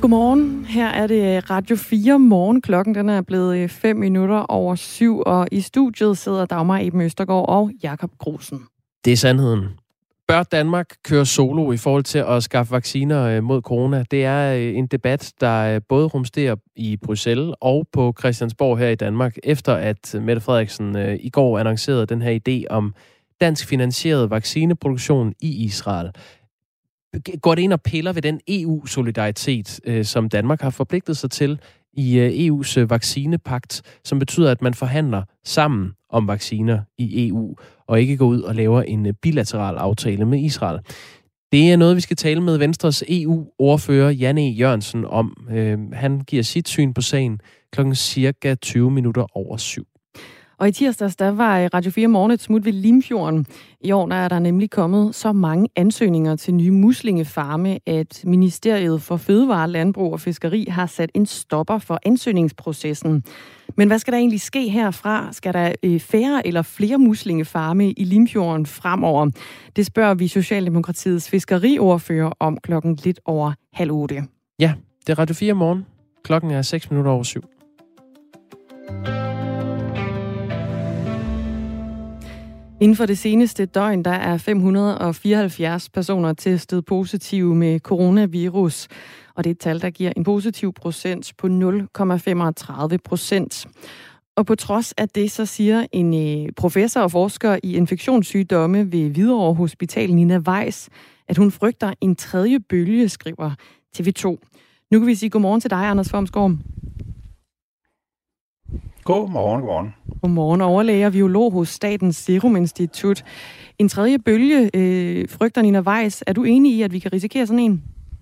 Godmorgen. Her er det Radio 4 morgen. Klokken den er blevet 7:05, og i studiet sidder Dagmar Eben Østergaard og Jakob Grosen. Det er sandheden. Bør Danmark køre solo i forhold til at skaffe vacciner mod corona? Det er en debat, der både rumsterer i Bruxelles og på Christiansborg her i Danmark, efter at Mette Frederiksen i går annoncerede den her idé om dansk finansieret vaccineproduktion i Israel. Går det ind og piller ved den EU-solidaritet, som Danmark har forpligtet sig til i EU's vaccinepagt, som betyder, at man forhandler sammen om vacciner i EU, og ikke går ud og laver en bilateral aftale med Israel? Det er noget, vi skal tale med Venstres EU-ordfører Jan E. Jørgensen om. Han giver sit syn på sagen klokken cirka 7:20. Og i tirsdags, der var Radio 4 Morgen et smut ved Limfjorden. I år der er der nemlig kommet så mange ansøgninger til nye muslingefarme, at Ministeriet for Fødevare, Landbrug og Fiskeri har sat en stopper for ansøgningsprocessen. Men hvad skal der egentlig ske herfra? Skal der færre eller flere muslingefarme i Limfjorden fremover? Det spørger vi Socialdemokratiets fiskeriordfører om klokken lidt over 7:30. Ja, det er Radio 4 Morgen. Klokken er 7:06. Inden for det seneste døgn, der er 574 personer testet positive med coronavirus. Og det er et tal, der giver en positiv procent på 0,35%. Og på trods af det, så siger en professor og forsker i infektionssygdomme ved Hvidovre Hospital, Nina Weiss, at hun frygter en tredje bølge, skriver TV2. Nu kan vi sige godmorgen til dig, Anders Fomsgaard. Godmorgen. Godmorgen, overlæge og virolog hos Statens Serum Institut. En tredje bølge frygter Nina Weiss. Er du enig i, at vi kan risikere sådan en?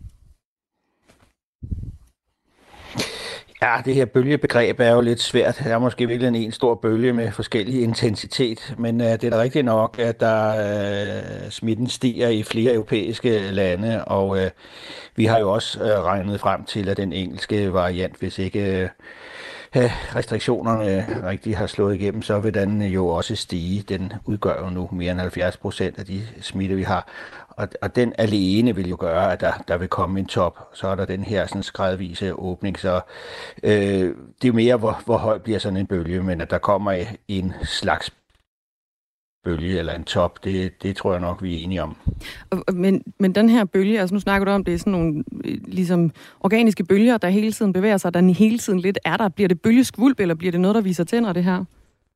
Ja, det her bølgebegreb er jo lidt svært. Der er måske virkelig en stor bølge med forskellig intensitet, men det er da rigtigt nok, at der smitten stiger i flere europæiske lande, og vi har jo også regnet frem til, at den engelske variant, hvis ikke restriktionerne rigtig har slået igennem, så vil den jo også stige. Den udgør jo nu mere end 70% af de smitte, vi har. Og den alene vil jo gøre, at der vil komme en top. Så er der den her sådan gradvise åbning. Så det er jo mere, hvor høj bliver sådan en bølge, men at der kommer en slags bølge eller en top, det tror jeg nok, vi er enige om. Men den her bølge, altså nu snakker du om, det er sådan nogle ligesom organiske bølger, der hele tiden bevæger sig, der hele tiden lidt er der. Bliver det bølgeskvulp, eller bliver det noget, der viser tænder, det her?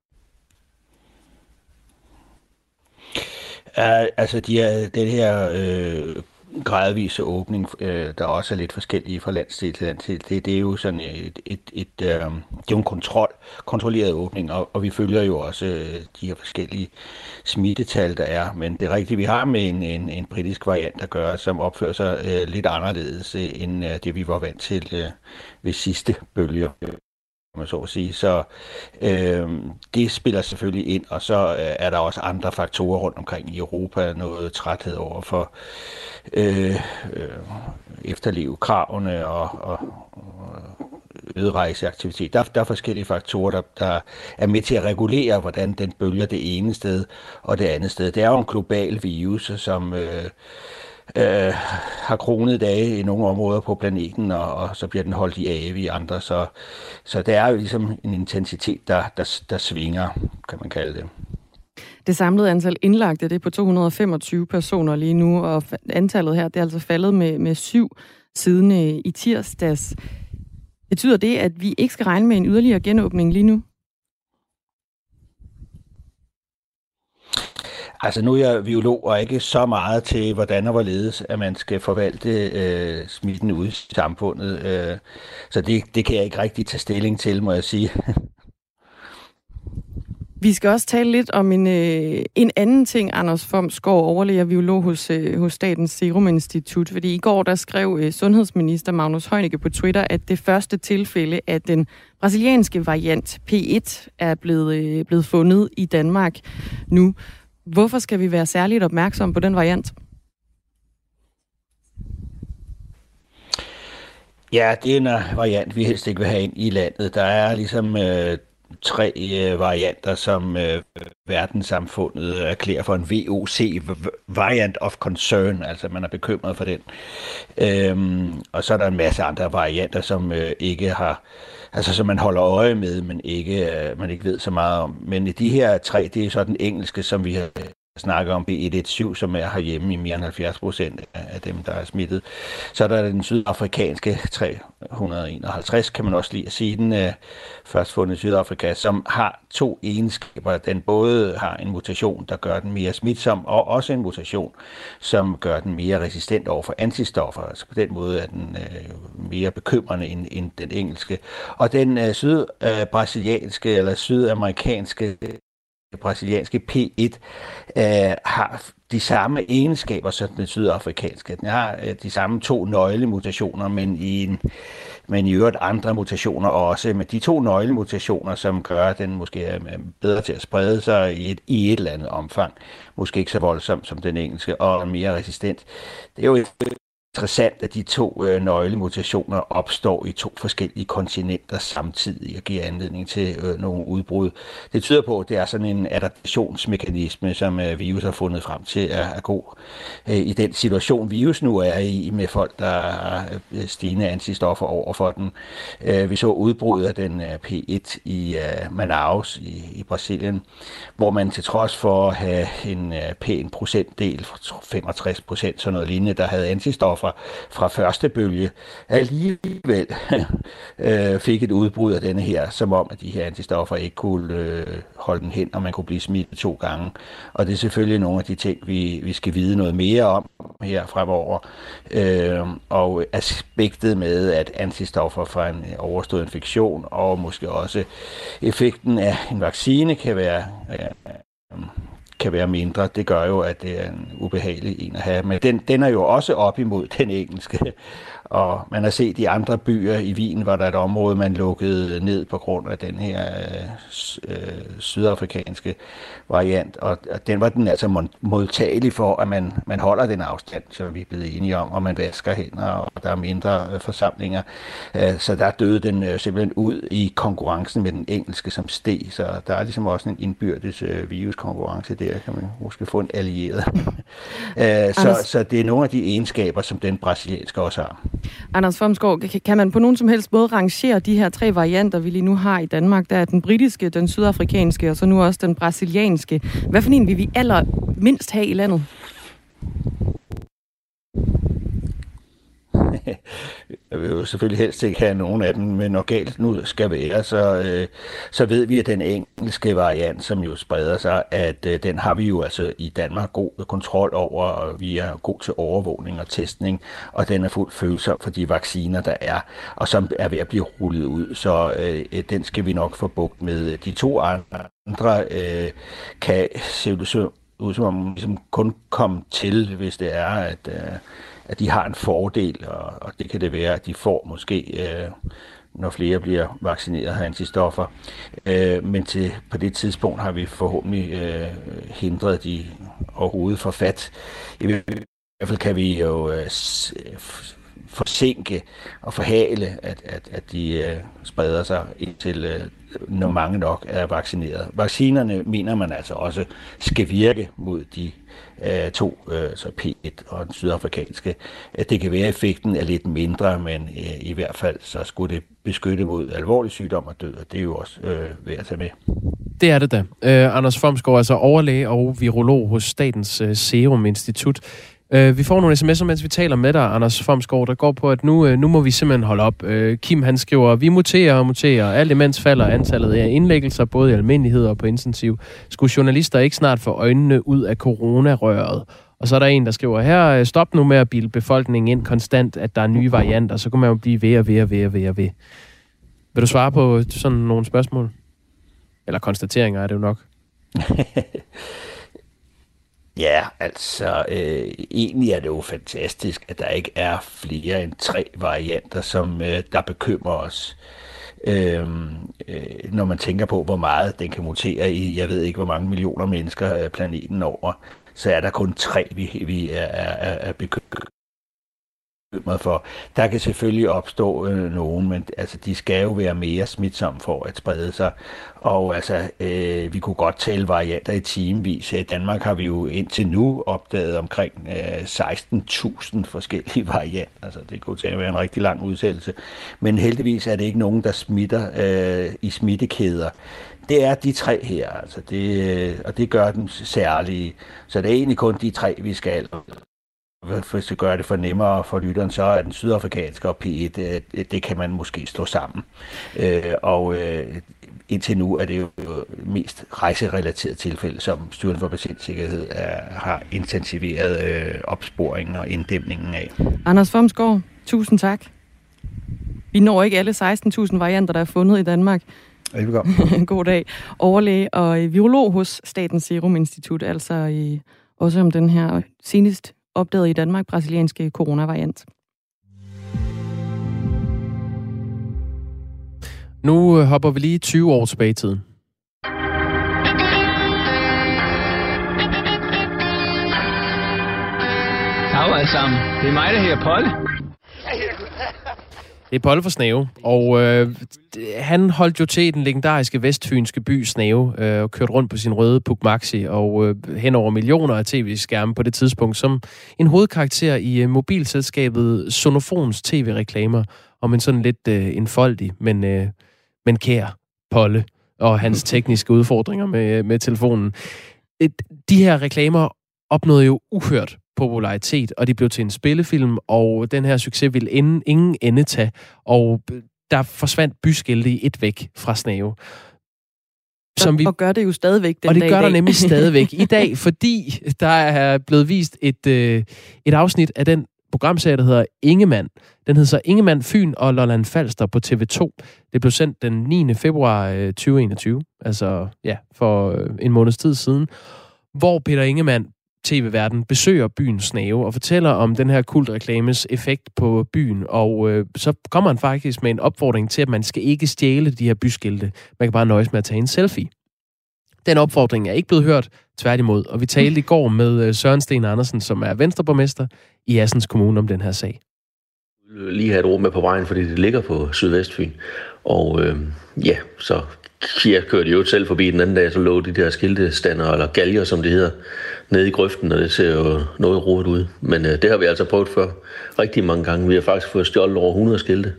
Altså, den her gradvise åbning, der også er lidt forskellige fra landsdel til landsdel, det er jo sådan det er jo en kontrolleret åbning, og vi følger jo også de her forskellige smittetal, der er. Men det er rigtigt, vi har med en britisk variant, der gør, som opfører sig lidt anderledes end det, vi var vant til ved sidste bølge, man så at sige. Så det spiller selvfølgelig ind, og så er der også andre faktorer rundt omkring i Europa, noget træthed over for efterleve kravene og øget rejseaktivitet. Der er forskellige faktorer, der er med til at regulere, hvordan den bølger det ene sted og det andet sted. Det er jo en global virus, som har kronede dage i nogle områder på planeten, og så bliver den holdt i ave i andre. Så det er jo ligesom en intensitet, der svinger, kan man kalde det. Det samlede antal indlagte, det er på 225 personer lige nu, og antallet her, det er altså faldet med 7 siden i tirsdags. Betyder det, at vi ikke skal regne med en yderligere genåbning lige nu? Altså nu er jeg virolog og ikke så meget til, hvordan og hvorledes, at man skal forvalte smitten ude i samfundet. Så det kan jeg ikke rigtig tage stilling til, må jeg sige. Vi skal også tale lidt om en anden ting, Anders Fomsgaard, overlæge og virolog hos Statens Serum Institut. Fordi i går, der skrev sundhedsminister Magnus Heunicke på Twitter, at det første tilfælde af den brasilianske variant P1 er blevet fundet i Danmark nu. Hvorfor skal vi være særligt opmærksomme på den variant? Ja, det er en variant, vi helst ikke vil have ind i landet. Der er ligesom tre varianter, som verdenssamfundet erklærer for en VOC, Variant of Concern, altså man er bekymret for den. Og så er der en masse andre varianter, som ikke har, altså som man holder øje med, men man ikke ved så meget om. Men de her tre, det er så den engelske, som vi har snakker om B117, som er herhjemme i mere end 70% af dem, der er smittet. Så er der den sydafrikanske 351, kan man også lige at sige. Den er først fundet i Sydafrika, som har to egenskaber. Den både har en mutation, der gør den mere smitsom, og også en mutation, som gør den mere resistent over for antistoffer. Altså på den måde er den mere bekymrende end den engelske. Og den sydbrasilianske eller sydamerikanske brasilianske P1 har de samme egenskaber som den sydafrikanske. Den har de samme to nøglemutationer, men i øvrigt andre mutationer også. Men de to nøglemutationer, som gør, at den måske er bedre til at sprede sig i et eller andet omfang. Måske ikke så voldsomt som den engelske, og mere resistent. Det er jo interessant, at de to nøglemutationer opstår i to forskellige kontinenter samtidig og giver anledning til nogle udbrud. Det tyder på, at det er sådan en adaptationsmekanisme, som virus har fundet frem til er god i den situation, virus nu er i, med folk, der har stigende antistoffer over for den. Vi så udbruddet af den P1 i Manaus i Brasilien, hvor man til trods for at have en pæn procentdel, 65%, sådan noget lignende, der havde antistoffer fra første bølge, alligevel fik et udbrud af denne her, som om, at de her antistoffer ikke kunne holde den hen, og man kunne blive smittet 2 gange. Og det er selvfølgelig nogle af de ting, vi skal vide noget mere om her fremover. Og aspektet med, at antistoffer fra en overstået infektion, og måske også effekten af en vaccine kan være mindre. Det gør jo, at det er en ubehagelig en at have. Men den er jo også op imod den engelske. Og man har set i andre byer i Wien, var der et område, man lukkede ned på grund af den her sydafrikanske variant. Og den var den altså modtagelig for, at man holder den afstand, som vi er blevet enige om, og man vasker hænder, og der er mindre forsamlinger. Så der døde den simpelthen ud i konkurrencen med den engelske, som steg. Så der er ligesom også en indbyrdes viruskonkurrence der, kan man måske få en allieret. Så det er nogle af de egenskaber, som den brasilianske også har. Anders Fomsgaard, kan man på nogen som helst måde rangere de her 3 varianter, vi lige nu har i Danmark? Der er den britiske, den sydafrikanske og så nu også den brasilianske. Hvad for en vil vi allermindst have i landet? Jeg vil jo selvfølgelig helst ikke have nogen af dem, men når galt nu skal være, så ved vi, at den engelske variant, som jo spreder sig, at den har vi jo altså i Danmark god kontrol over, og vi er god til overvågning og testning, og den er fuldt følsom for de vacciner, der er, og som er ved at blive rullet ud, så den skal vi nok få bugt med. De 2 andre kan se ud som om ligesom kun komme til, hvis det er, at de har en fordel, og det kan det være, at de får måske, når flere bliver vaccineret af antistoffer. Men på det tidspunkt har vi forhåbentlig hindret de overhovedet for fat. I hvert fald kan vi jo forsinke og forhale, at de spreder sig indtil når mange nok er vaccineret. Vaccinerne mener man altså også skal virke mod de 2, så P1 og den sydafrikanske. Det kan være, at effekten er lidt mindre, men i hvert fald så skulle det beskytte mod alvorlig sygdom og død, og det er jo også værd at tage med. Det er det da. Anders Fomsgaard, altså overlæge og virolog hos Statens Serum Institut. Vi får nogle sms'er, mens vi taler med dig, Anders Fomsgaard, der går på, at nu må vi simpelthen holde op. Kim, han skriver, vi muterer og muterer. Alt imens falder antallet af indlæggelser, både i almindelighed og på intensiv. Skulle journalister ikke snart få øjnene ud af coronarøret? Og så er der en, der skriver her, stop nu med at bilde befolkningen ind konstant, at der er nye varianter. Så kan man jo blive ved. Vil du svare på sådan nogle spørgsmål? Eller konstateringer er det jo nok. Ja, altså egentlig er det jo fantastisk, at der ikke er flere end 3 varianter, som der bekymrer os. Når man tænker på, hvor meget den kan mutere i, jeg ved ikke, hvor mange millioner mennesker planeten over, så er der kun 3, vi er bekymret bekymret for. Der kan selvfølgelig opstå nogen, men altså, de skal jo være mere smitsomme for at sprede sig. Og altså, vi kunne godt tale varianter i timevis. I Danmark har vi jo indtil nu opdaget omkring 16.000 forskellige varianter. Altså, det kunne til at være en rigtig lang udsættelse. Men heldigvis er det ikke nogen, der smitter i smittekæder. Det er de tre her, altså og det gør dem særlige. Så det er egentlig kun de tre, vi skal. Hvis det gør det for nemmere for lytteren, så er den sydafrikanske og P1, det kan man måske slå sammen. Indtil nu er det jo mest rejserelateret tilfælde, som Styrelsen for Patientsikkerhed har intensiveret opsporingen og inddæmningen af. Anders Fomsgaard, tusind tak. Vi når ikke alle 16.000 varianter, der er fundet i Danmark. Velbekomme. God dag. Overlæge og virolog hos Statens Serum Institut, altså også om den her senest opdaget i Danmark brasilianske coronavariant. Nu hopper vi lige 20 år tilbage i tiden. Dag alle sammen. Det er mig, der hedder Polle. Det er Polle fra Snave, og han holdt jo til i den legendariske vestfynske by Snave og kørte rundt på sin røde Puch Maxi og hen over millioner af tv-skærme på det tidspunkt som en hovedkarakter i mobilselskabet Sonofons tv-reklamer om en sådan lidt enfoldig, men kær Polle og hans tekniske udfordringer med telefonen. De her reklamer opnåede jo uhørt popularitet, og de blev til en spillefilm, og den her succes ville ingen ende tage, og der forsvandt byskilte i et væk fra Snave. Og gør det jo stadigvæk den dag. Og det dag gør der nemlig stadigvæk i dag, fordi der er blevet vist et afsnit af den programserie, der hedder Ingemann. Den hedder så Ingemann, Fyn og Lolland Falster på TV2. Det blev sendt den 9. februar 2021, altså for en måneds tid siden, hvor Peter Ingemann, tv-verden, besøger byen Snave og fortæller om den her kultreklames effekt på byen, og så kommer han faktisk med en opfordring til, at man skal ikke stjæle de her byskilte. Man kan bare nøjes med at tage en selfie. Den opfordring er ikke blevet hørt, tværtimod, og vi talte i går med Søren Sten Andersen, som er venstreborgmester i Assens Kommune om den her sag. Lige have et ord med på vejen, fordi det ligger på Sydvestfyn, og så jeg kørte jo selv forbi den anden dag, så lå de der skiltestander, eller galger, som det hedder, nede i grøften, og det ser jo noget rodet ud. Men det har vi altså prøvet før rigtig mange gange. Vi har faktisk fået stjålet over 100 skilte.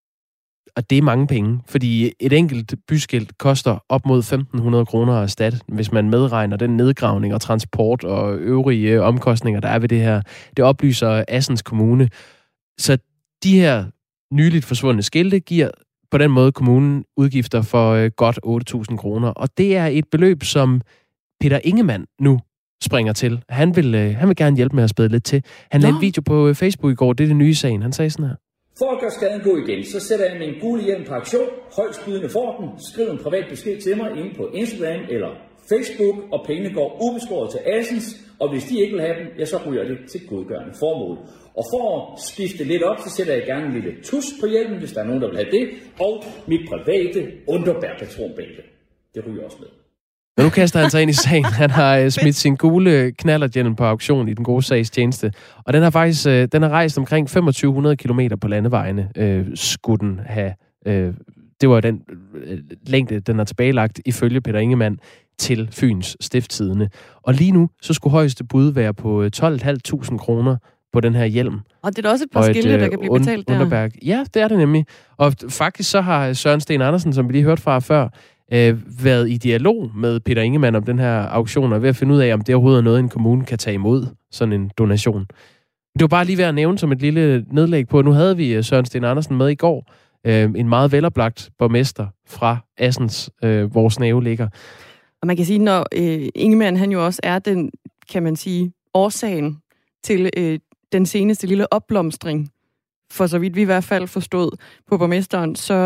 Og det er mange penge, fordi et enkelt byskilt koster op mod 1.500 kroner at erstatte, hvis man medregner den nedgravning og transport og øvrige omkostninger, der er ved det her. Det oplyser Assens Kommune. Så de her nyligt forsvundne skilte giver på den måde kommunen udgifter for godt 8.000 kroner. Og det er et beløb, som Peter Ingemann nu springer til. Han vil gerne hjælpe med at spæde lidt til. Han lavede en video på Facebook i går, det er det nye i sagen. Han sagde sådan her. For at gøre skaden god igen, så sætter jeg min gule hjelm på aktion, højstbydende får den, skriv en privat besked til mig inde på Instagram eller Facebook, og pengene går ubeskåret til Assens, og hvis de ikke vil have dem, så ryger det til godgørende formål. Og for at skifte lidt op, så sætter jeg gerne en lille tus på hjelmen, hvis der er nogen, der vil have det, og mit private Underberg-patronbælte. Det ryger også med. Men nu kaster han sig ind i sagen. Han har smidt sin gule knallerthjelm på auktion i den gode sags tjeneste. Og den har faktisk den har rejst omkring 2500 kilometer på landevejene, skulle den have. Det var den længde, den har tilbagelagt ifølge Peter Ingemann til Fyns Stiftstidende. Og lige nu, så skulle højeste bud være på 12.500 kroner på den her hjelm. Og det er da også et par skilte, der kan blive betalt der. Underberg. Ja, det er det nemlig. Og faktisk så har Søren Sten Andersen, som vi lige hørte fra før, været i dialog med Peter Ingemann om den her auktion, og ved at finde ud af, om det overhovedet er noget, en kommune kan tage imod, sådan en donation. Det var bare lige ved at nævne som et lille nedlæg på, nu havde vi Søren Sten Andersen med i går, en meget veloplagt borgmester fra Assens, hvor Snave ligger. Og man kan sige, når Ingemann, han jo også er den, kan man sige, årsagen til den seneste lille opblomstring, for så vidt vi i hvert fald forstod på borgmesteren, så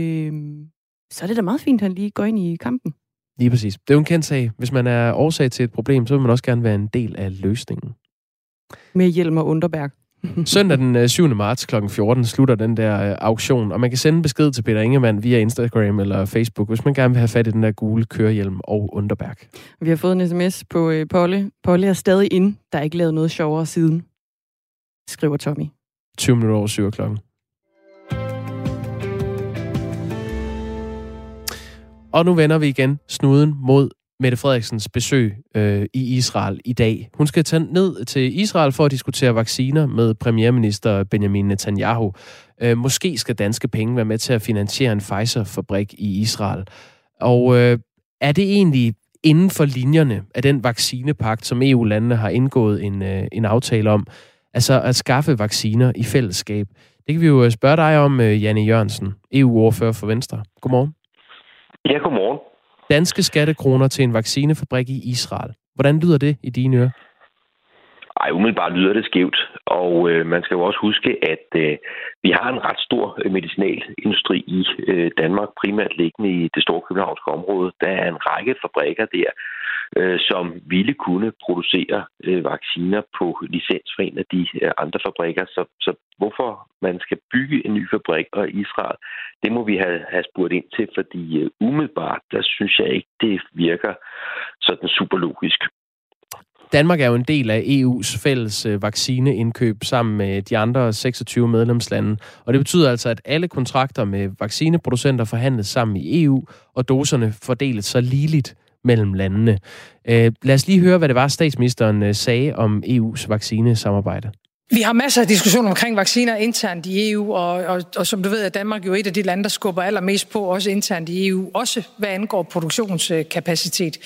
er det da meget fint, at han lige går ind i kampen. Lige præcis. Det er jo en kendt sag. Hvis man er årsag til et problem, så vil man også gerne være en del af løsningen. Med hjelm og Underberg. Søndag den 7. marts kl. 14 slutter den der auktion, og man kan sende besked til Peter Ingemann via Instagram eller Facebook, hvis man gerne vil have fat i den der gule kørehjelm og Underberg. Vi har fået en sms på Polle. Polle er stadig inde. Der er ikke lavet noget sjovere siden, skriver Tommy. 7:20 klokken. Og nu vender vi igen snuden mod Mette Frederiksens besøg i Israel i dag. Hun skal tage ned til Israel for at diskutere vacciner med premierminister Benjamin Netanyahu. Måske skal danske penge være med til at finansiere en Pfizer-fabrik i Israel. Og er det egentlig inden for linjerne af den vaccinepagt, som EU-landene har indgået en aftale om, altså at skaffe vacciner i fællesskab? Det kan vi jo spørge dig om, Janne Jørgensen, EU-ordfører for Venstre. Godmorgen. Ja, godmorgen. Danske skattekroner til en vaccinefabrik i Israel. Hvordan lyder det i dine ører? Umiddelbart lyder det skævt, og man skal jo også huske, at vi har en ret stor medicinalindustri i Danmark, primært liggende i det store københavnske område. Der er en række fabrikker der, som ville kunne producere vacciner på licens for en af de andre fabrikker. Så hvorfor man skal bygge en ny fabrik i Israel, det må vi have spurgt ind til, fordi umiddelbart, der synes jeg ikke, det virker sådan super logisk. Danmark er jo en del af EU's fælles vaccineindkøb sammen med de andre 26 medlemslande, og det betyder altså, at alle kontrakter med vaccineproducenter forhandles sammen i EU, og doserne fordeles så ligeligt mellem landene. Lad os lige høre, hvad det var, statsministeren sagde om EU's vaccinesamarbejde. Vi har masser af diskussioner omkring vacciner internt i EU, og som du ved, er Danmark jo et af de lande, der skubber allermest på, også internt i EU, også hvad angår produktionskapacitet.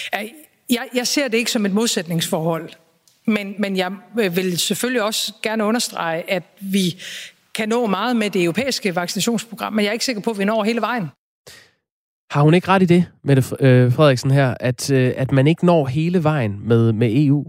Jeg ser det ikke som et modsætningsforhold, men jeg vil selvfølgelig også gerne understrege, at vi kan nå meget med det europæiske vaccinationsprogram, men jeg er ikke sikker på, at vi når hele vejen. Har hun ikke ret i det, Mette Frederiksen her, at man ikke når hele vejen med EU?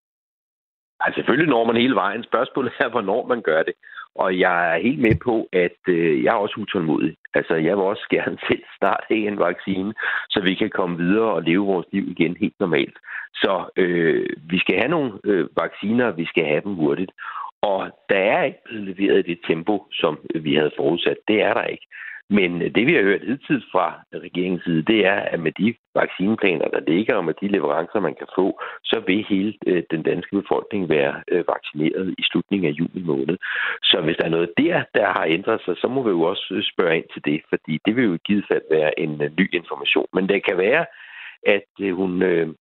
Altså, selvfølgelig når man hele vejen. Spørgsmålet er, hvornår man gør det. Og jeg er helt med på, at jeg er også utålmodig. Altså, jeg vil også gerne selv snart have en vaccine, så vi kan komme videre og leve vores liv igen helt normalt. Så vi skal have nogle vacciner, og vi skal have dem hurtigt. Og der er ikke blevet leveret i det tempo, som vi havde forudsat. Det er der ikke. Men det, vi har hørt hidtil fra regeringens side, det er, at med de vaccineplaner, der ligger, og med de leverancer, man kan få, så vil hele den danske befolkning være vaccineret i slutningen af juni måned. Så hvis der er noget der har ændret sig, så må vi jo også spørge ind til det, fordi det vil jo i givet fald være en ny information. Men det kan være, at hun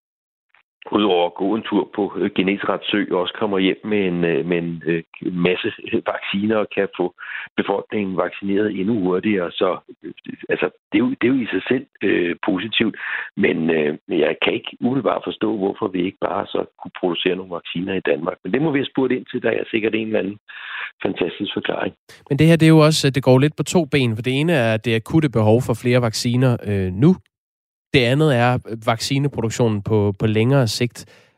udover at gå en tur på Genesaret Sø også kommer hjem med en masse vacciner og kan få befolkningen vaccineret endnu hurtigere. Så altså, det er jo i sig selv positivt, men jeg kan ikke umiddelbart forstå, hvorfor vi ikke bare så kunne producere nogle vacciner i Danmark. Men det må vi have spurgt ind til, der er sikkert en eller anden fantastisk forklaring. Men det her, det er jo også, det går lidt på to ben, for det ene er det akutte behov for flere vacciner nu. Det andet er vaccineproduktionen på længere sigt.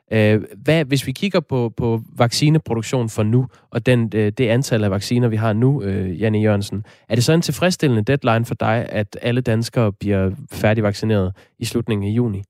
Hvis vi kigger på vaccineproduktion for nu, og det antal af vacciner, vi har nu, Janne Jørgensen, er det så en tilfredsstillende deadline for dig, at alle danskere bliver færdigvaccineret i slutningen af juni?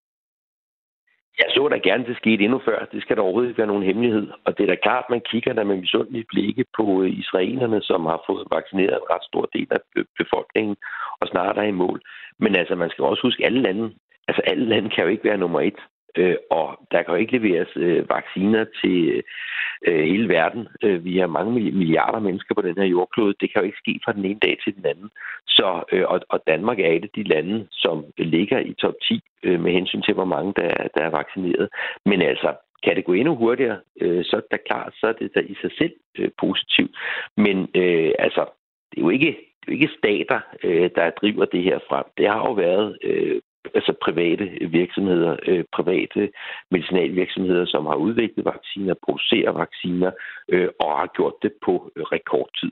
Jeg så da gerne, det skete endnu før. Det skal der overhovedet ikke være nogen hemmelighed. Og det er da klart, man kigger der med misundelige blikke på israelerne, som har fået vaccineret en ret stor del af befolkningen, og snart er i mål. Men altså, man skal også huske, alle lande kan jo ikke være nummer et. Og der kan jo ikke leveres vacciner til hele verden. Vi har mange milliarder mennesker på den her jordklode. Det kan jo ikke ske fra den ene dag til den anden. Så, og Danmark er et af de lande, som ligger i top 10 med hensyn til, hvor mange der er vaccineret. Men altså, kan det gå endnu hurtigere, så er det klart, så er det da i sig selv positivt. Men altså, det er jo ikke stater, der driver det her frem. Det har jo været private virksomheder, private medicinalvirksomheder, som har udviklet vacciner, producerer vacciner og har gjort det på rekordtid.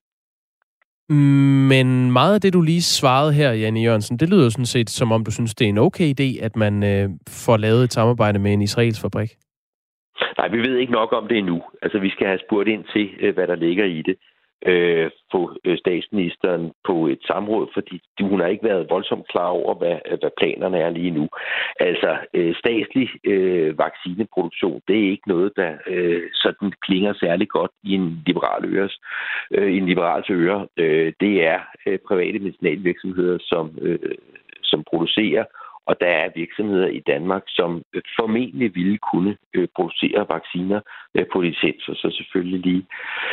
Men meget af det, du lige svarede her, Janne Jørgensen, det lyder sådan set, som om du synes, det er en okay idé, at man får lavet et samarbejde med en israelsk fabrik. Nej, vi ved ikke nok om det endnu. Altså, vi skal have spurgt ind til, hvad der ligger i det. Få statsministeren på et samråd, fordi hun har ikke været voldsomt klar over, hvad planerne er lige nu. Altså, statslig vaccineproduktion, det er ikke noget, der sådan klinger særlig godt i en liberals øre. Det er private medicinalvirksomheder, som producerer Og der er virksomheder i Danmark, som formentlig ville kunne producere vacciner på licens, og så selvfølgelig lige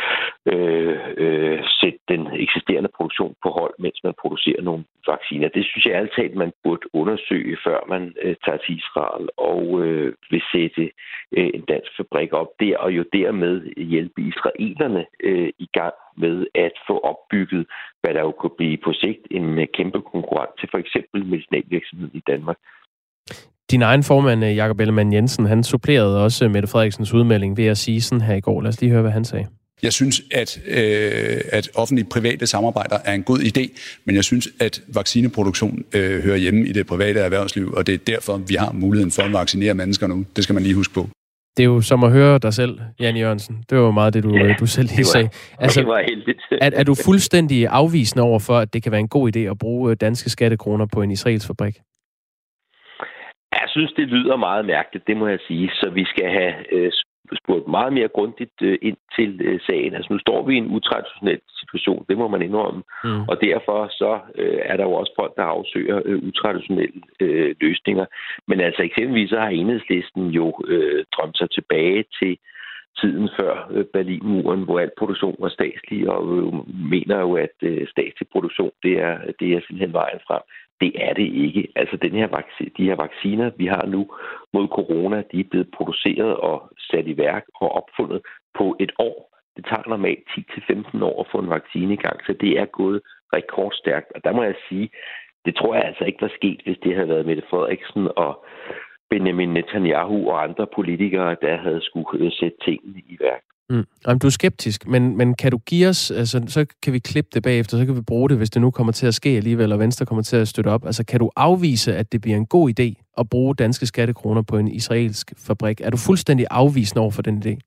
sætte den eksisterende produktion på hold, mens man producerer nogle vacciner. Det synes jeg altid, at man burde undersøge, før man tager til Israel og vil sætte en dansk fabrik op der, og jo dermed hjælpe israelerne i gang med at få opbygget, hvad der jo kunne blive på sigt en kæmpe konkurrent til for eksempel medicinalvirksomhed i Danmark. Din egen formand, Jakob Ellemann-Jensen, han supplerede også Mette Frederiksens udmelding ved at sige sådan her i går. Lad os lige høre, hvad han sagde. Jeg synes, at offentlige-private samarbejder er en god idé, men jeg synes, at vaccineproduktion hører hjemme i det private erhvervsliv, og det er derfor, vi har muligheden for at vaccinere mennesker nu. Det skal man lige huske på. Det er jo som at høre dig selv, Jan Jørgensen. Det var jo meget det, du selv lige sagde. Altså, det var heldigt. er du fuldstændig afvisende over for, at det kan være en god idé at bruge danske skattekroner på en israelsk fabrik? Jeg synes, det lyder meget mærkeligt, det må jeg sige. Så vi skal have spurgt meget mere grundigt ind til sagen. Altså nu står vi i en utraditionel situation, det må man indrømme. Og derfor så er der jo også folk, der afsøger utraditionelle løsninger. Men altså eksempelvis så har Enhedslisten jo drømt sig tilbage til tiden før Berlinmuren, hvor al produktion var statslig, og mener jo, at statslig produktion, det er simpelthen vejen frem. Det er det ikke. Altså de her vacciner, vi har nu mod corona, de er blevet produceret og sat i værk og opfundet på et år. Det tager normalt 10-15 år at få en vaccine i gang, så det er gået rekordstærkt. Og der må jeg sige, det tror jeg altså ikke var sket, hvis det havde været Mette Frederiksen og Benjamin Netanyahu og andre politikere, der havde skulle sætte tingene i værk. Jamen, du er skeptisk, men kan du give os, altså, så kan vi klippe det bagefter, så kan vi bruge det, hvis det nu kommer til at ske alligevel, og Venstre kommer til at støtte op. Altså, kan du afvise, at det bliver en god idé at bruge danske skattekroner på en israelsk fabrik? Er du fuldstændig afvisende over for den idé?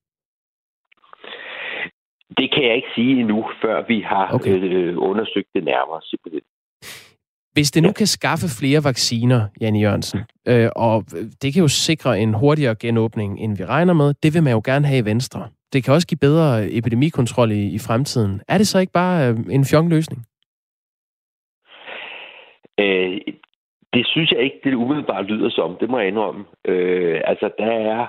Det kan jeg ikke sige endnu, før vi har undersøgt det nærmere, simpelthen. Hvis det nu kan skaffe flere vacciner, Jan Jørgensen, og det kan jo sikre en hurtigere genåbning, end vi regner med, det vil man jo gerne have i Venstre. Det kan også give bedre epidemikontrol i fremtiden. Er det så ikke bare en fjongløsning? Det synes jeg ikke, det umiddelbart lyder som. Det må jeg indrømme. Altså, der er...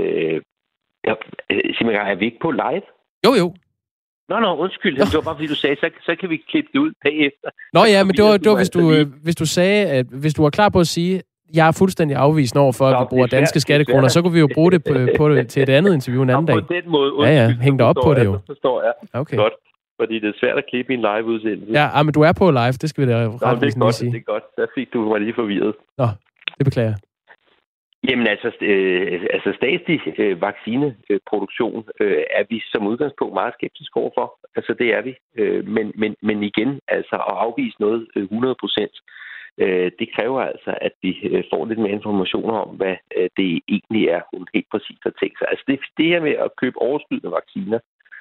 Simon, er vi ikke på live? Jo. Nå, undskyld. Det var bare, fordi du sagde, så kan vi klippe det ud bagefter. Nå ja, men det var hvis du sagde, at hvis du var klar på at sige, jeg er fuldstændig afvisende over for, at vi bruger danske skattekroner, så kunne vi jo bruge det på det til et andet interview en anden dag. På den måde, undskyld. Ja, hæng dig op på det jo. Forstår jeg. Okay. Godt, fordi det er svært at klippe i en live-udsendelse. Ja, men du er på live, det skal vi da retvis lige sige. Det er godt. Der fik du mig lige forvirret. Nå, det beklager jeg. Jamen altså statslig vaccineproduktion er vi som udgangspunkt meget skeptiske overfor. Altså det er vi. Men igen, altså at afvise noget 100%, det kræver altså, at vi får lidt mere informationer om, hvad det egentlig er, hun helt præcis har tænkt sig. Altså det her med at købe overskydende vacciner,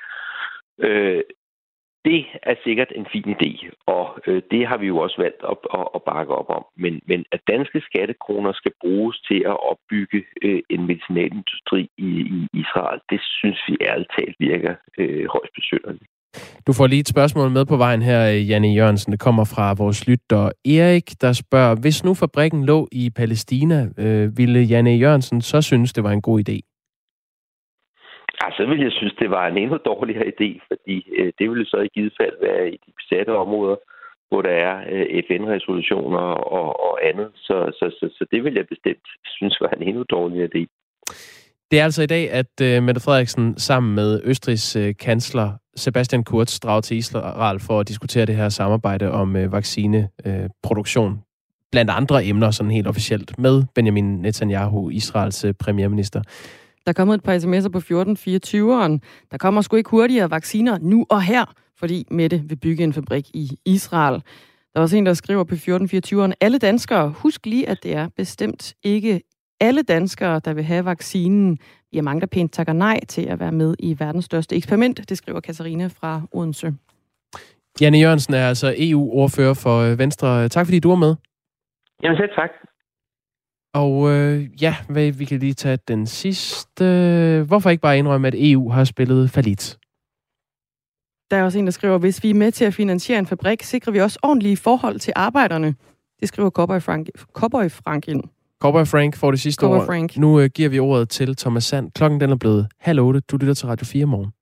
det er sikkert en fin idé, og det har vi jo også valgt at bakke op om. Men at danske skattekroner skal bruges til at opbygge en medicinalindustri i Israel, det synes vi ærligt talt virker højst besynderligt. Du får lige et spørgsmål med på vejen her, Janne Jørgensen. Det kommer fra vores lytter Erik, der spørger, hvis nu fabrikken lå i Palæstina, ville Janne Jørgensen så synes, det var en god idé? Så ville jeg synes, det var en endnu dårligere idé, fordi det ville så i givet fald være i de besatte områder, hvor der er FN-resolutioner og andet. Så det vil jeg bestemt synes var en endnu dårligere idé. Det er altså i dag, at Mette Frederiksen sammen med Østrigs kansler Sebastian Kurz drager til Israel for at diskutere det her samarbejde om vaccineproduktion. Blandt andre emner, sådan helt officielt, med Benjamin Netanyahu, Israels premierminister. Der er kommet et par sms'er på 1424'eren. Der kommer sgu ikke hurtigere vacciner nu og her, fordi Mette vil bygge en fabrik i Israel. Der er også en, der skriver på 1424'eren, alle danskere, husk lige, at det er bestemt ikke alle danskere, der vil have vaccinen. Vi er mange, der pænt takker nej til at være med i verdens største eksperiment, det skriver Katarina fra Odense. Janne Jørgensen er altså EU-ordfører for Venstre. Tak fordi du var med. Jamen selv tak. Og vi kan lige tage den sidste. Hvorfor ikke bare indrømme, at EU har spillet fallit? Der er også en, der skriver, hvis vi er med til at finansiere en fabrik, sikrer vi også ordentlige forhold til arbejderne. Det skriver Cowboy Frank ind. Cowboy Frank får det sidste ord. Frank. Nu giver vi ordet til Thomas Sand. Klokken den er blevet 7:30. Du lytter til Radio 4 morgen.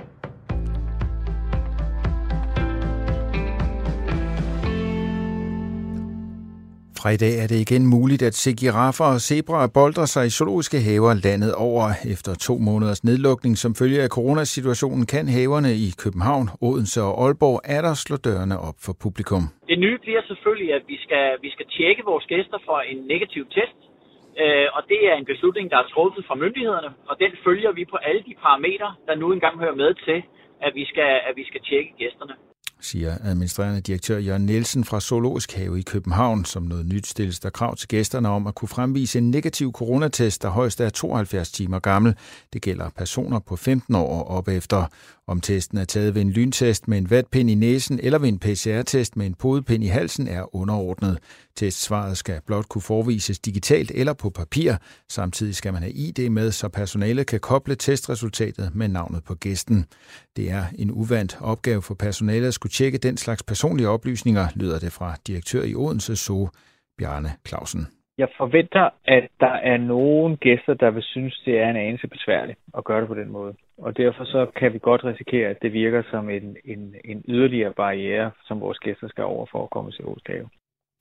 Fra i dag er det igen muligt at se giraffer og zebraer boldre sig i zoologiske haver landet over. Efter 2 måneders nedlukning som følge af coronasituationen kan haverne i København, Odense og Aalborg atter slå dørene op for publikum. Det nye bliver selvfølgelig, at vi skal tjekke vores gæster for en negativ test. Og det er en beslutning, der er truffet fra myndighederne, og den følger vi på alle de parametre, der nu engang hører med til, at vi skal tjekke gæsterne. Siger administrerende direktør Jørgen Nielsen fra Zoologisk Have i København. Som noget nyt stilles der krav til gæsterne om at kunne fremvise en negativ coronatest, der højst er 72 timer gammel. Det gælder personer på 15 år og op efter. Om testen er taget ved en lyntest med en vatpind i næsen eller ved en PCR-test med en podepind i halsen er underordnet. Testsvaret skal blot kunne forvises digitalt eller på papir. Samtidig skal man have ID med, så personalet kan koble testresultatet med navnet på gæsten. Det er en uvant opgave for personalet at skulle tjekke den slags personlige oplysninger, lyder det fra direktør i Odense Zoo, Bjarne Clausen. Jeg forventer, at der er nogle gæster, der vil synes, det er en anelse besværligt at gøre det på den måde. Og derfor så kan vi godt risikere, at det virker som en yderligere barriere, som vores gæster skal over for at komme til Zoologisk Have.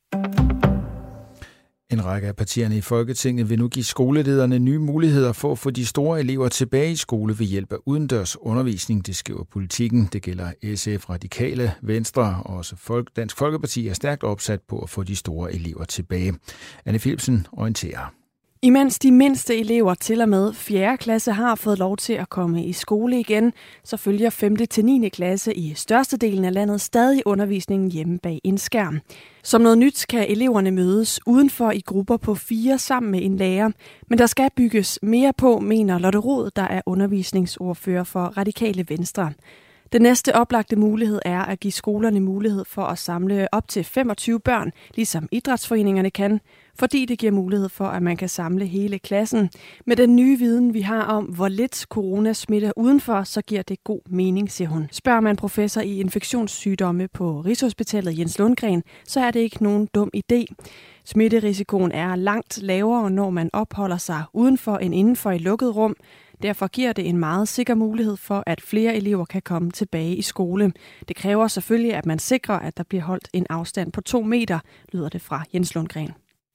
En række af partierne i Folketinget vil nu give skolelederne nye muligheder for at få de store elever tilbage i skole ved hjælp af udendørs undervisning, det skriver Politikken. Det gælder SF, Radikale, Venstre og også Dansk Folkeparti er stærkt opsat på at få de store elever tilbage. Anne Philipsen orienterer. Imens de mindste elever til og med 4. klasse har fået lov til at komme i skole igen, så følger 5. til 9. klasse i størstedelen af landet stadig undervisningen hjemme bag en skærm. Som noget nyt kan eleverne mødes udenfor i grupper på 4 sammen med en lærer, men der skal bygges mere på, mener Lotte Rod, der er undervisningsordfører for Radikale Venstre. Den næste oplagte mulighed er at give skolerne mulighed for at samle op til 25 børn, ligesom idrætsforeningerne kan, fordi det giver mulighed for, at man kan samle hele klassen. Med den nye viden, vi har om, hvor lidt coronasmitte er udenfor, så giver det god mening, siger hun. Spørger man professor i infektionssygdomme på Rigshospitalet Jens Lundgren, så er det ikke nogen dum idé. Smitterisikoen er langt lavere, når man opholder sig udenfor end indenfor i lukket rum. Derfor giver det en meget sikker mulighed for, at flere elever kan komme tilbage i skole. Det kræver selvfølgelig, at man sikrer, at der bliver holdt en afstand på 2 meter, lyder det fra Jens Lundgren.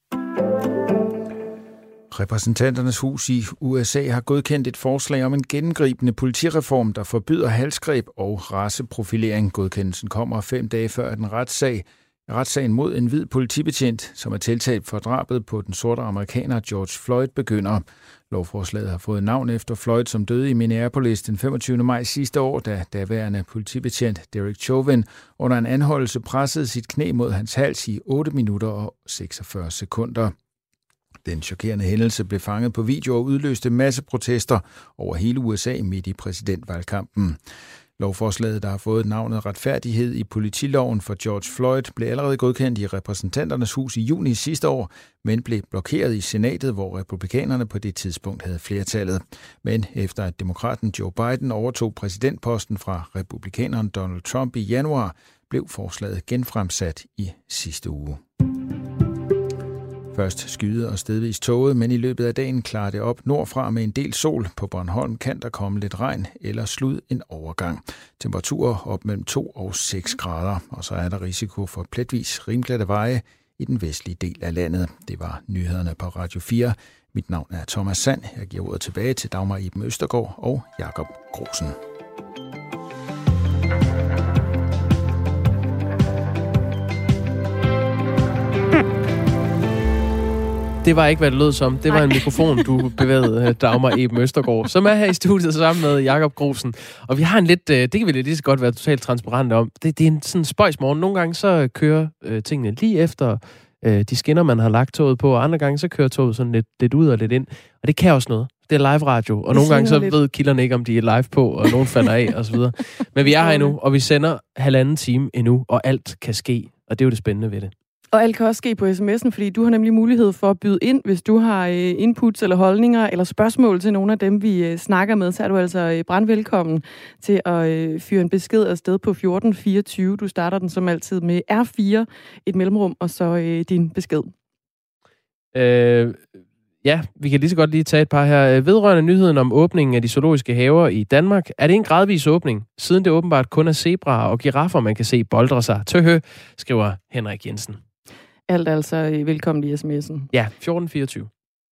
Repræsentanternes hus i USA har godkendt et forslag om en gennemgribende politireform, der forbyder halsgreb og raceprofilering. Godkendelsen kommer 5 dage før den retssagen mod en hvid politibetjent, som er tiltalt for drabet på den sorte amerikaner George Floyd, begynder. Lovforslaget har fået navn efter Floyd, som døde i Minneapolis den 25. maj sidste år, da daværende politibetjent Derek Chauvin under en anholdelse pressede sit knæ mod hans hals i 8 minutter og 46 sekunder. Den chokerende hændelse blev fanget på video og udløste masseprotester over hele USA midt i præsidentvalgkampen. Lovforslaget, der har fået navnet Retfærdighed i politiloven for George Floyd, blev allerede godkendt i repræsentanternes hus i juni sidste år, men blev blokeret i senatet, hvor republikanerne på det tidspunkt havde flertallet. Men efter at demokraten Joe Biden overtog præsidentposten fra republikaneren Donald Trump i januar, blev forslaget genfremsat i sidste uge. Først skyde og stedvis tåget, men i løbet af dagen klarer det op nordfra med en del sol. På Bornholm kan der komme lidt regn eller slud en overgang. Temperaturer op mellem 2 og 6 grader, og så er der risiko for pletvis rimglatte veje i den vestlige del af landet. Det var nyhederne på Radio 4. Mit navn er Thomas Sand. Jeg giver ordet tilbage til Dagmar Iben Østergaard og Jakob Grosen. Det var ikke, hvad det lød som. Det var en mikrofon, du bevægede, Dagmar Eben Østergaard, som er her i studiet sammen med Jakob Grosen. Og vi har en lidt, det kan vi lige så godt være totalt transparente om. Det er en sådan spøjsmorgen. Nogle gange så kører tingene lige efter de skinner, man har lagt toget på, og andre gange så kører toget sådan lidt ud og lidt ind. Og det kan også noget. Det er live radio, og nogle gange så ved kilderne ikke, om de er live på, og nogen falder af, og så videre. Men vi er her endnu, og vi sender 1,5 time endnu, og alt kan ske. Og det er jo det spændende ved det. Og alt kan også ske på sms'en, fordi du har nemlig mulighed for at byde ind, hvis du har inputs eller holdninger eller spørgsmål til nogle af dem, vi snakker med. Så er du altså brandvelkommen til at fyre en besked afsted på 1424. Du starter den som altid med R4, et mellemrum, og så din besked. Ja, vi kan lige så godt lige tage et par her. Vedrørende nyheden om åbningen af de zoologiske haver i Danmark. Er det en gradvis åbning, siden det åbenbart kun er zebraer og giraffer, man kan se boldre sig? Tøhø, skriver Henrik Jensen. Alt altså velkommen i sms'en. Ja, 1424.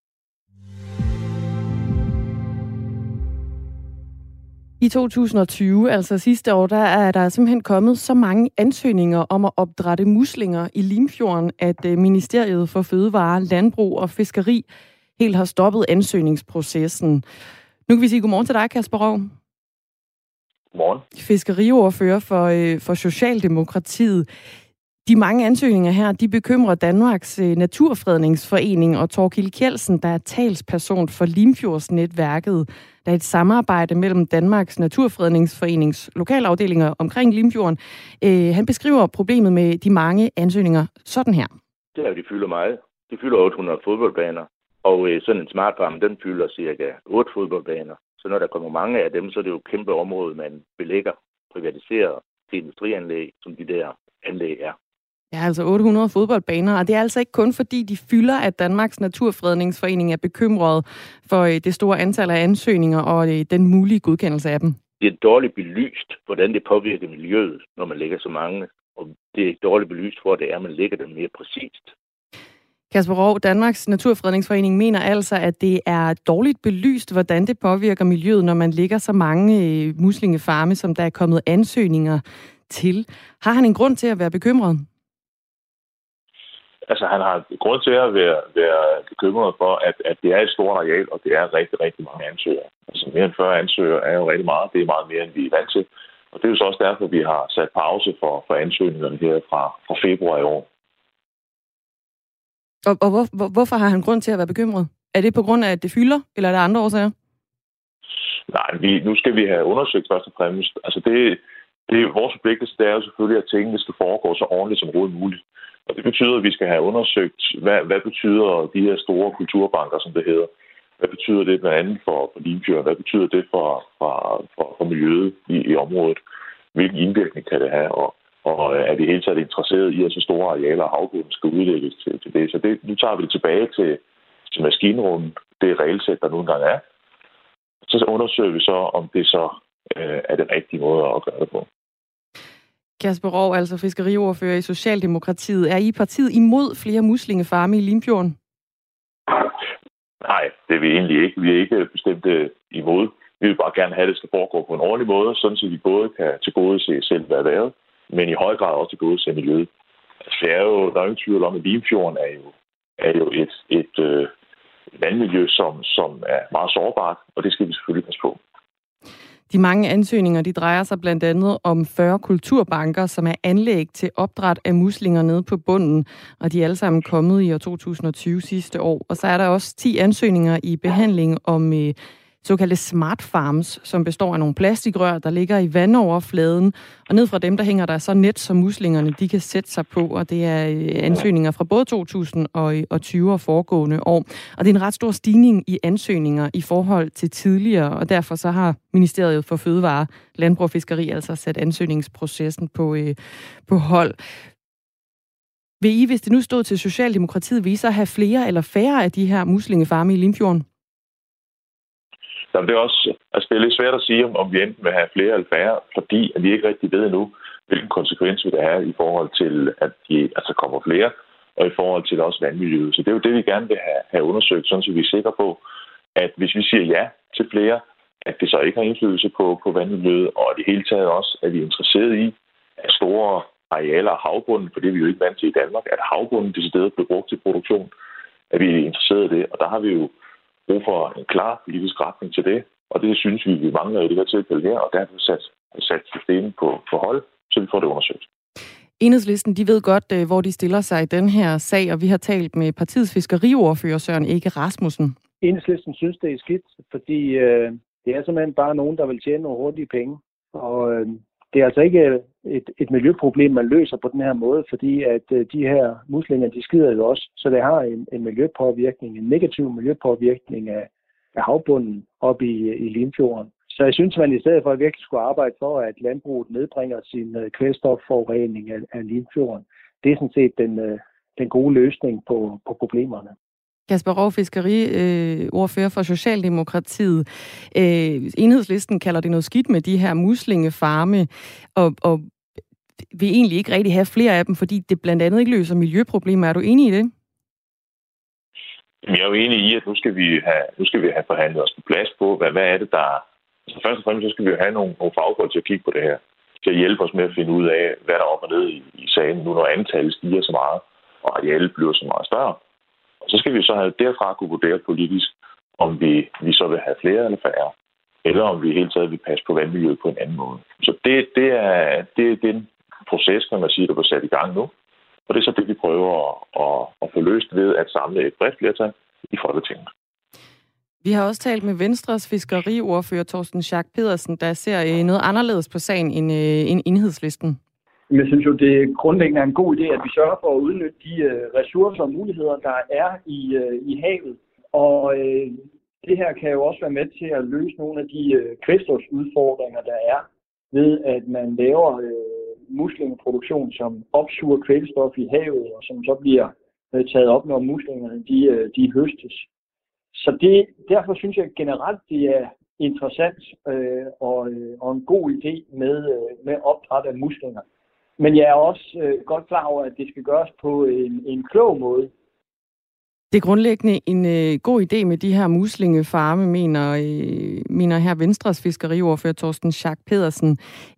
I 2020, altså sidste år, der er der simpelthen kommet så mange ansøgninger om at opdrætte muslinger i Limfjorden, at Ministeriet for Fødevare, Landbrug og Fiskeri helt har stoppet ansøgningsprocessen. Nu kan vi sige godmorgen til dig, Kasper Rov. Godmorgen. Fiskeriordfører for Socialdemokratiet. De mange ansøgninger her, de bekymrer Danmarks Naturfredningsforening og Thorkild Kjeldsen, der er talsperson for Limfjordsnetværket. Der er et samarbejde mellem Danmarks Naturfredningsforenings lokalafdelinger omkring Limfjorden. Han beskriver problemet med de mange ansøgninger sådan her. Det er, de fylder meget. De fylder 800 fodboldbaner, og sådan en smartfarm, den fylder cirka 8 fodboldbaner. Så når der kommer mange af dem, så er det jo et kæmpe område, man belægger, privatiserer til industrianlæg, som de der anlæg er. Ja, altså 800 fodboldbaner, og det er altså ikke kun fordi de fylder, at Danmarks Naturfredningsforening er bekymret for det store antal af ansøgninger og den mulige godkendelse af dem. Det er dårligt belyst, hvordan det påvirker miljøet, når man lægger så mange, og det er dårligt belyst, hvor det er, man lægger dem mere præcist. Kasper Rov, Danmarks Naturfredningsforening mener altså, at det er dårligt belyst, hvordan det påvirker miljøet, når man lægger så mange muslingefarme, som der er kommet ansøgninger til. Har han en grund til at være bekymret? Altså, han har grund til at være bekymret for, at det er et stort areal, og det er rigtig, rigtig mange ansøgere. Altså, mere end 40 ansøgere er jo rigtig meget. Det er meget mere, end vi er vant til. Og det er jo så også derfor, vi har sat pause for ansøgningerne her fra februar i år. Og hvorfor har han grund til at være bekymret? Er det på grund af, at det fylder, eller er der andre årsager? Nej, nu skal vi have undersøgt først og fremmest. Altså, vores forpligtelse, det er jo selvfølgelig, at tingene skal foregå så ordentligt som overhovedet muligt. Og det betyder, at vi skal have undersøgt, hvad betyder de her store kulturbanker, som det hedder? Hvad betyder det blandt andet for Limfjorden? Hvad betyder det for miljøet i området? Hvilken indvirkning kan det have? Og er vi helt taget interesseret i, at så store arealer af havbunden skal udlægges til det? Så nu tager vi det tilbage til maskinrummet, det regelsæt, der nu engang er. Så undersøger vi så, om det så er den rigtige måde at gøre det på. Kasper Rov, altså fiskeriordfører i Socialdemokratiet. Er I partiet imod flere muslingefarme i Limfjorden? Nej, det er vi egentlig ikke. Vi er ikke bestemt imod. Vi vil bare gerne have, at det skal foregå på en ordentlig måde, sådan så vi både kan tilgodese selv hvad erhvervet, men i høj grad også tilgodese miljøet. Altså, der er jo ingen tvivl om, at Limfjorden er jo et vandmiljø, som er meget sårbart, og det skal vi selvfølgelig passe på. De mange ansøgninger, de drejer sig blandt andet om 40 kulturbanker, som er anlæg til opdræt af muslinger nede på bunden, og de er alle sammen kommet i år 2020 sidste år. Og så er der også 10 ansøgninger i behandling om såkaldte smart farms, som består af nogle plastikrør, der ligger i vandoverfladen, og ned fra dem, der hænger der så net, som muslingerne de kan sætte sig på, og det er ansøgninger fra både 2020 og foregående år. Og det er en ret stor stigning i ansøgninger i forhold til tidligere, og derfor så har Ministeriet for Fødevare, Landbrug og Fiskeri altså sat ansøgningsprocessen på hold. Vil I, hvis det nu stod til Socialdemokratiet, vise at have flere eller færre af de her muslingefarme i Limfjorden? Jamen, det er også, altså det er lidt svært at sige, om vi enten vil have flere eller færre, fordi at vi ikke rigtig ved endnu, hvilken konsekvens vil det have i forhold til, at de altså kommer flere, og i forhold til også vandmiljøet. Så det er jo det, vi gerne vil have undersøgt, sådan så vi er sikre på, at hvis vi siger ja til flere, at det så ikke har indflydelse på vandmiljøet, og i det hele taget også, at vi er interesseret i, at store arealer af havbunden, for det er vi jo ikke vant til i Danmark, at havbunden til stedet bliver brugt til produktion, at vi er interesseret i det. Og der har vi jo brug for en klar politisk retning til det, og det synes vi mangler i det her tilfælde her, og der har vi sat systemet på hold, så vi får det undersøgt. Enhedslisten, de ved godt, hvor de stiller sig i den her sag, og vi har talt med partiets fiskeriordfører Søren Egge Rasmussen. Enhedslisten synes, det er skidt, fordi det er simpelthen bare nogen, der vil tjene nogle hurtige penge, og det er altså ikke et miljøproblem, man løser på den her måde, fordi at de her muslinger, de skider jo også, så det har en miljøpåvirkning, en negativ miljøpåvirkning af havbunden op i Limfjorden. Så jeg synes, man i stedet for virkelig skulle arbejde for, at landbruget nedbringer sin kvælstofforurening af Limfjorden. Det er sådan set den gode løsning på problemerne. Kasper Roug, fiskeriordfører for Socialdemokratiet. Enhedslisten kalder det noget skidt med de her muslingefarme, og vil egentlig ikke rigtig have flere af dem, fordi det blandt andet ikke løser miljøproblemer. Er du enig i det? Jeg er jo enig i, at nu skal vi have forhandlet os på plads på, hvad er det, der... Så først og fremmest så skal vi jo have nogle fagfolk til at kigge på det her, til at hjælpe os med at finde ud af, hvad der er op og ned i sagen, nu når antallet stiger så meget, og arealet bliver så meget større. Og så skal vi så have derfra kunne vurdere politisk, om vi så vil have flere eller færre, eller om vi i hele taget vil passe på vandmiljøet på en anden måde. Så det er den proces, kan man sige, der bliver sat i gang nu. Og det er så det, vi prøver at få løst ved at samle et bredt flertal i Folketinget. Vi har også talt med Venstres fiskeriordfører Torsten Schack Pedersen, der ser noget anderledes på sagen end Enhedslisten. Jeg synes jo, det grundlæggende er en god idé, at vi sørger for at udnytte de ressourcer og muligheder, der er i havet. Og det her kan jo også være med til at løse nogle af de kvælstofudfordringer, der er ved, at man laver muslingeproduktion, som opsuger kvælstof i havet, og som så bliver taget op, når muslingerne de høstes. Så derfor synes jeg generelt, det er interessant og en god idé med opdræt af muslinger. Men jeg er også godt klar over, at det skal gøres på en klog måde. Det er grundlæggende en god idé med de her muslingefarme, mener her Venstres fiskeriordfører Torsten Schack Pedersen.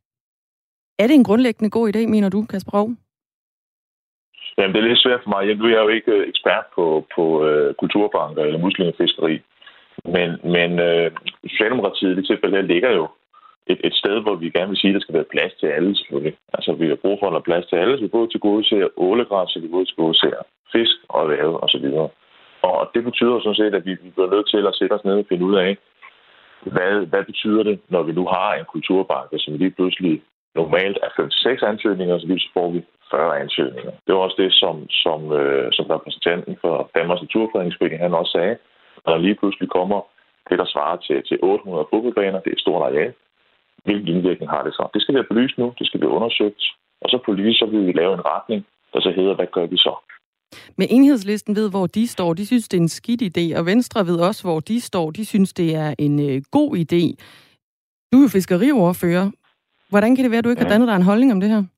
Er det en grundlæggende god idé, mener du, Kasper Roug? Jamen, det er lidt svært for mig. Nu er jeg jo ikke ekspert på kulturbanker eller muslingefiskeri. Men Socialdemokratiet i det tilfælde her ligger jo et sted, hvor vi gerne vil sige, at der skal være plads til alle selvfølgelig. Altså, vi har brug for at have plads til alle, så vi både tilgodeser ålegræs, vi både tilgodeser fisk og erhverv og så videre. Og det betyder sådan set, at vi bliver nødt til at sætte os ned og finde ud af, hvad betyder det, når vi nu har en kulturbank, som lige pludselig normalt er 5-6 ansøgninger, så lige så får vi 40 ansøgninger. Det var også det, som repræsentanten for Danmarks Naturfredningsforening, han også sagde, når der lige pludselig kommer det, der svarer til 800 fodboldbaner, det er et stort areal. Hvilken indvirkning har det så? Det skal være belyst nu, det skal være undersøgt, og så politisk så vil vi lave en retning, der så hedder, hvad gør vi så? Men Enhedslisten ved, hvor de står. De synes, det er en skidt idé, og Venstre ved også, hvor de står. De synes, det er en god idé. Du er jo fiskeriordfører. Hvordan kan det være, at du ikke har dannet dig en holdning om det her?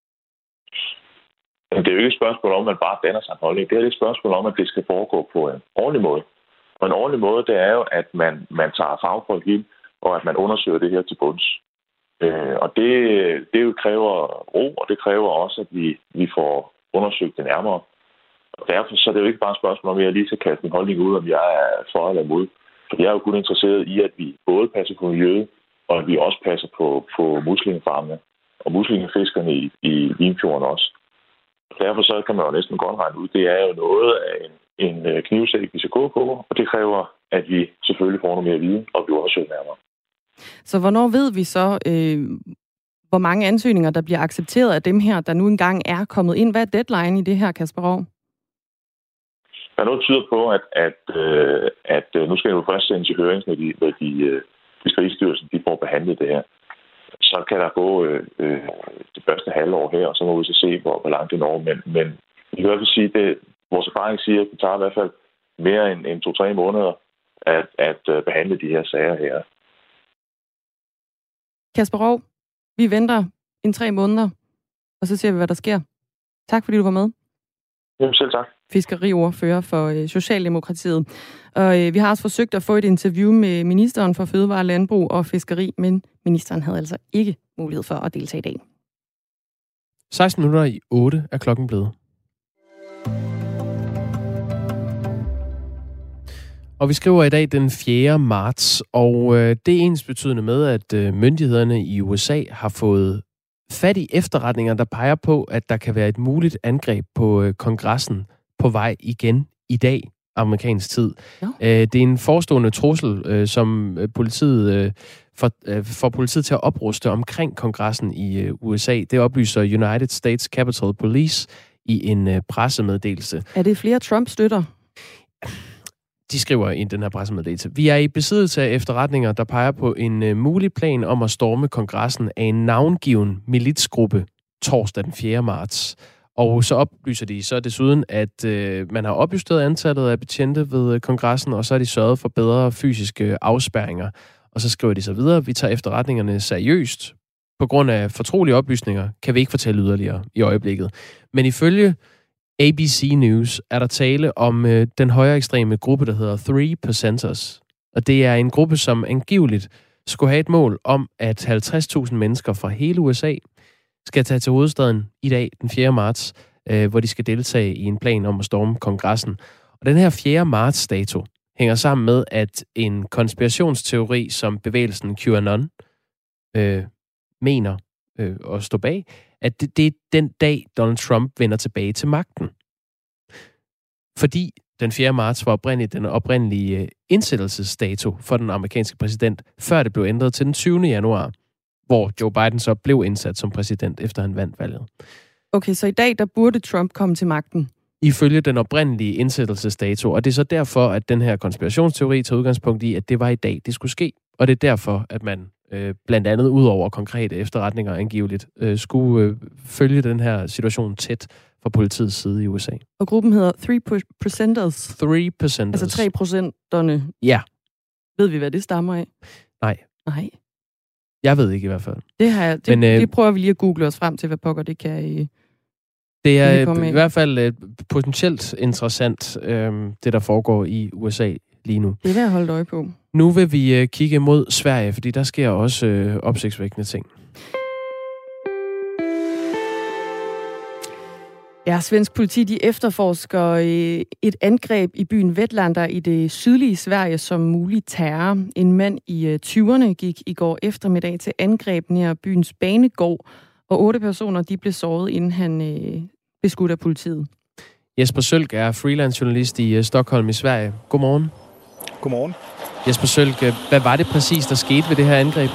Det er jo ikke et spørgsmål om, at man bare danner sig en holdning. Det er et spørgsmål om, at det skal foregå på en ordentlig måde. Og en ordentlig måde, det er jo, at man tager fagfolk ind, og at man undersøger det her til bunds. Og det jo kræver ro, og det kræver også, at vi får undersøgt det nærmere. Og derfor så er det jo ikke bare et spørgsmål om, at jeg lige skal kaste min holdning ud, om jeg er for eller imod. For jeg er jo kun interesseret i, at vi både passer på miljøet, og at vi også passer på muslingefarmene og muslingefiskerne i Limfjorden også. Derfor så kan man jo næsten godt regne ud, det er jo noget af en knivsæk, vi skal gå på, og det kræver, at vi selvfølgelig får noget mere viden, og vi undersøger nærmere. Så hvornår ved vi så, hvor mange ansøgninger, der bliver accepteret af dem her, der nu engang er kommet ind? Hvad er deadline i det her, Kasper Roug? Der er noget, der tyder på, at nu skal jeg jo først sende til høring, når de Fiskeristyrelsen får behandlet det her. Så kan der gå det første halvår her, og så må vi så se, hvor langt det når. Men vi kan i hvert fald sige, at vores erfaring siger, at det tager i hvert fald mere end 2-3 måneder at behandle de her sager her. Kasper Roug, vi venter 3 måneder, og så ser vi, hvad der sker. Tak fordi du var med. Jamen selv tak. Fiskeriordfører for Socialdemokratiet. Og vi har også forsøgt at få et interview med ministeren for Fødevare, Landbrug og Fiskeri, men ministeren havde altså ikke mulighed for at deltage i dag. 8:16 er klokken blevet. Og vi skriver i dag den 4. marts, og det er ensbetydende med, at myndighederne i USA har fået fat i efterretninger, der peger på, at der kan være et muligt angreb på kongressen på vej igen i dag. amerikansk tid. Det er en forestående trussel, som politiet får politiet til at opruste omkring kongressen i USA. Det oplyser United States Capitol Police i en pressemeddelelse. Er det flere Trump-støtter? De skriver i den her pressemeddelelse: Vi er i besiddelse af efterretninger, der peger på en mulig plan om at storme kongressen af en navngiven militsgruppe torsdag den 4. marts. Og så oplyser de så desuden, at man har opjusteret antallet af betjente ved kongressen, og så har de sørget for bedre fysiske afspærringer. Og så skriver de så videre: Vi tager efterretningerne seriøst. På grund af fortrolige oplysninger kan vi ikke fortælle yderligere i øjeblikket. Men ifølge ABC News er der tale om den højere ekstreme gruppe, der hedder 3%ers. Og det er en gruppe, som angiveligt skulle have et mål om, at 50.000 mennesker fra hele USA skal tage til hovedstaden i dag, den 4. marts, hvor de skal deltage i en plan om at storme kongressen. Og den her 4. marts-dato hænger sammen med, at en konspirationsteori, som bevægelsen QAnon mener at stå bag, at det er den dag, Donald Trump vender tilbage til magten. Fordi den 4. marts var den oprindelige indsættelsesdato for den amerikanske præsident, før det blev ændret til den 20. januar, hvor Joe Biden så blev indsat som præsident, efter han vandt valget. Okay, så i dag, der burde Trump komme til magten? Ifølge den oprindelige indsættelsesdato, og det er så derfor, at den her konspirationsteori tager udgangspunkt i, at det var i dag, det skulle ske. Og det er derfor, at man blandt andet ud over konkrete efterretninger angiveligt skulle følge den her situation tæt fra politiets side i USA. Og gruppen hedder 3%ers? 3%ers. Altså 3%'erne? Ja. Ved vi, hvad det stammer af? Nej. Nej. Jeg ved ikke i hvert fald. Det prøver vi lige at google os frem til, hvad pokker det kan. Det er i hvert fald potentielt interessant, det der foregår i USA lige nu. Det er værd at holde øje på. Nu vil vi kigge mod Sverige, fordi der sker også opsigtsvækkende ting. Ja, svensk politi de efterforsker et angreb i byen Vetlanda i det sydlige Sverige som mulig terror. En mand i 20'erne gik i går eftermiddag til angreb nær byens banegård, og 8 personer de blev såret, inden han blev skudt af politiet. Jesper Sølk er freelance-journalist i Stockholm i Sverige. Godmorgen. Godmorgen. Jesper Sølk, hvad var det præcis, der skete ved det her angreb?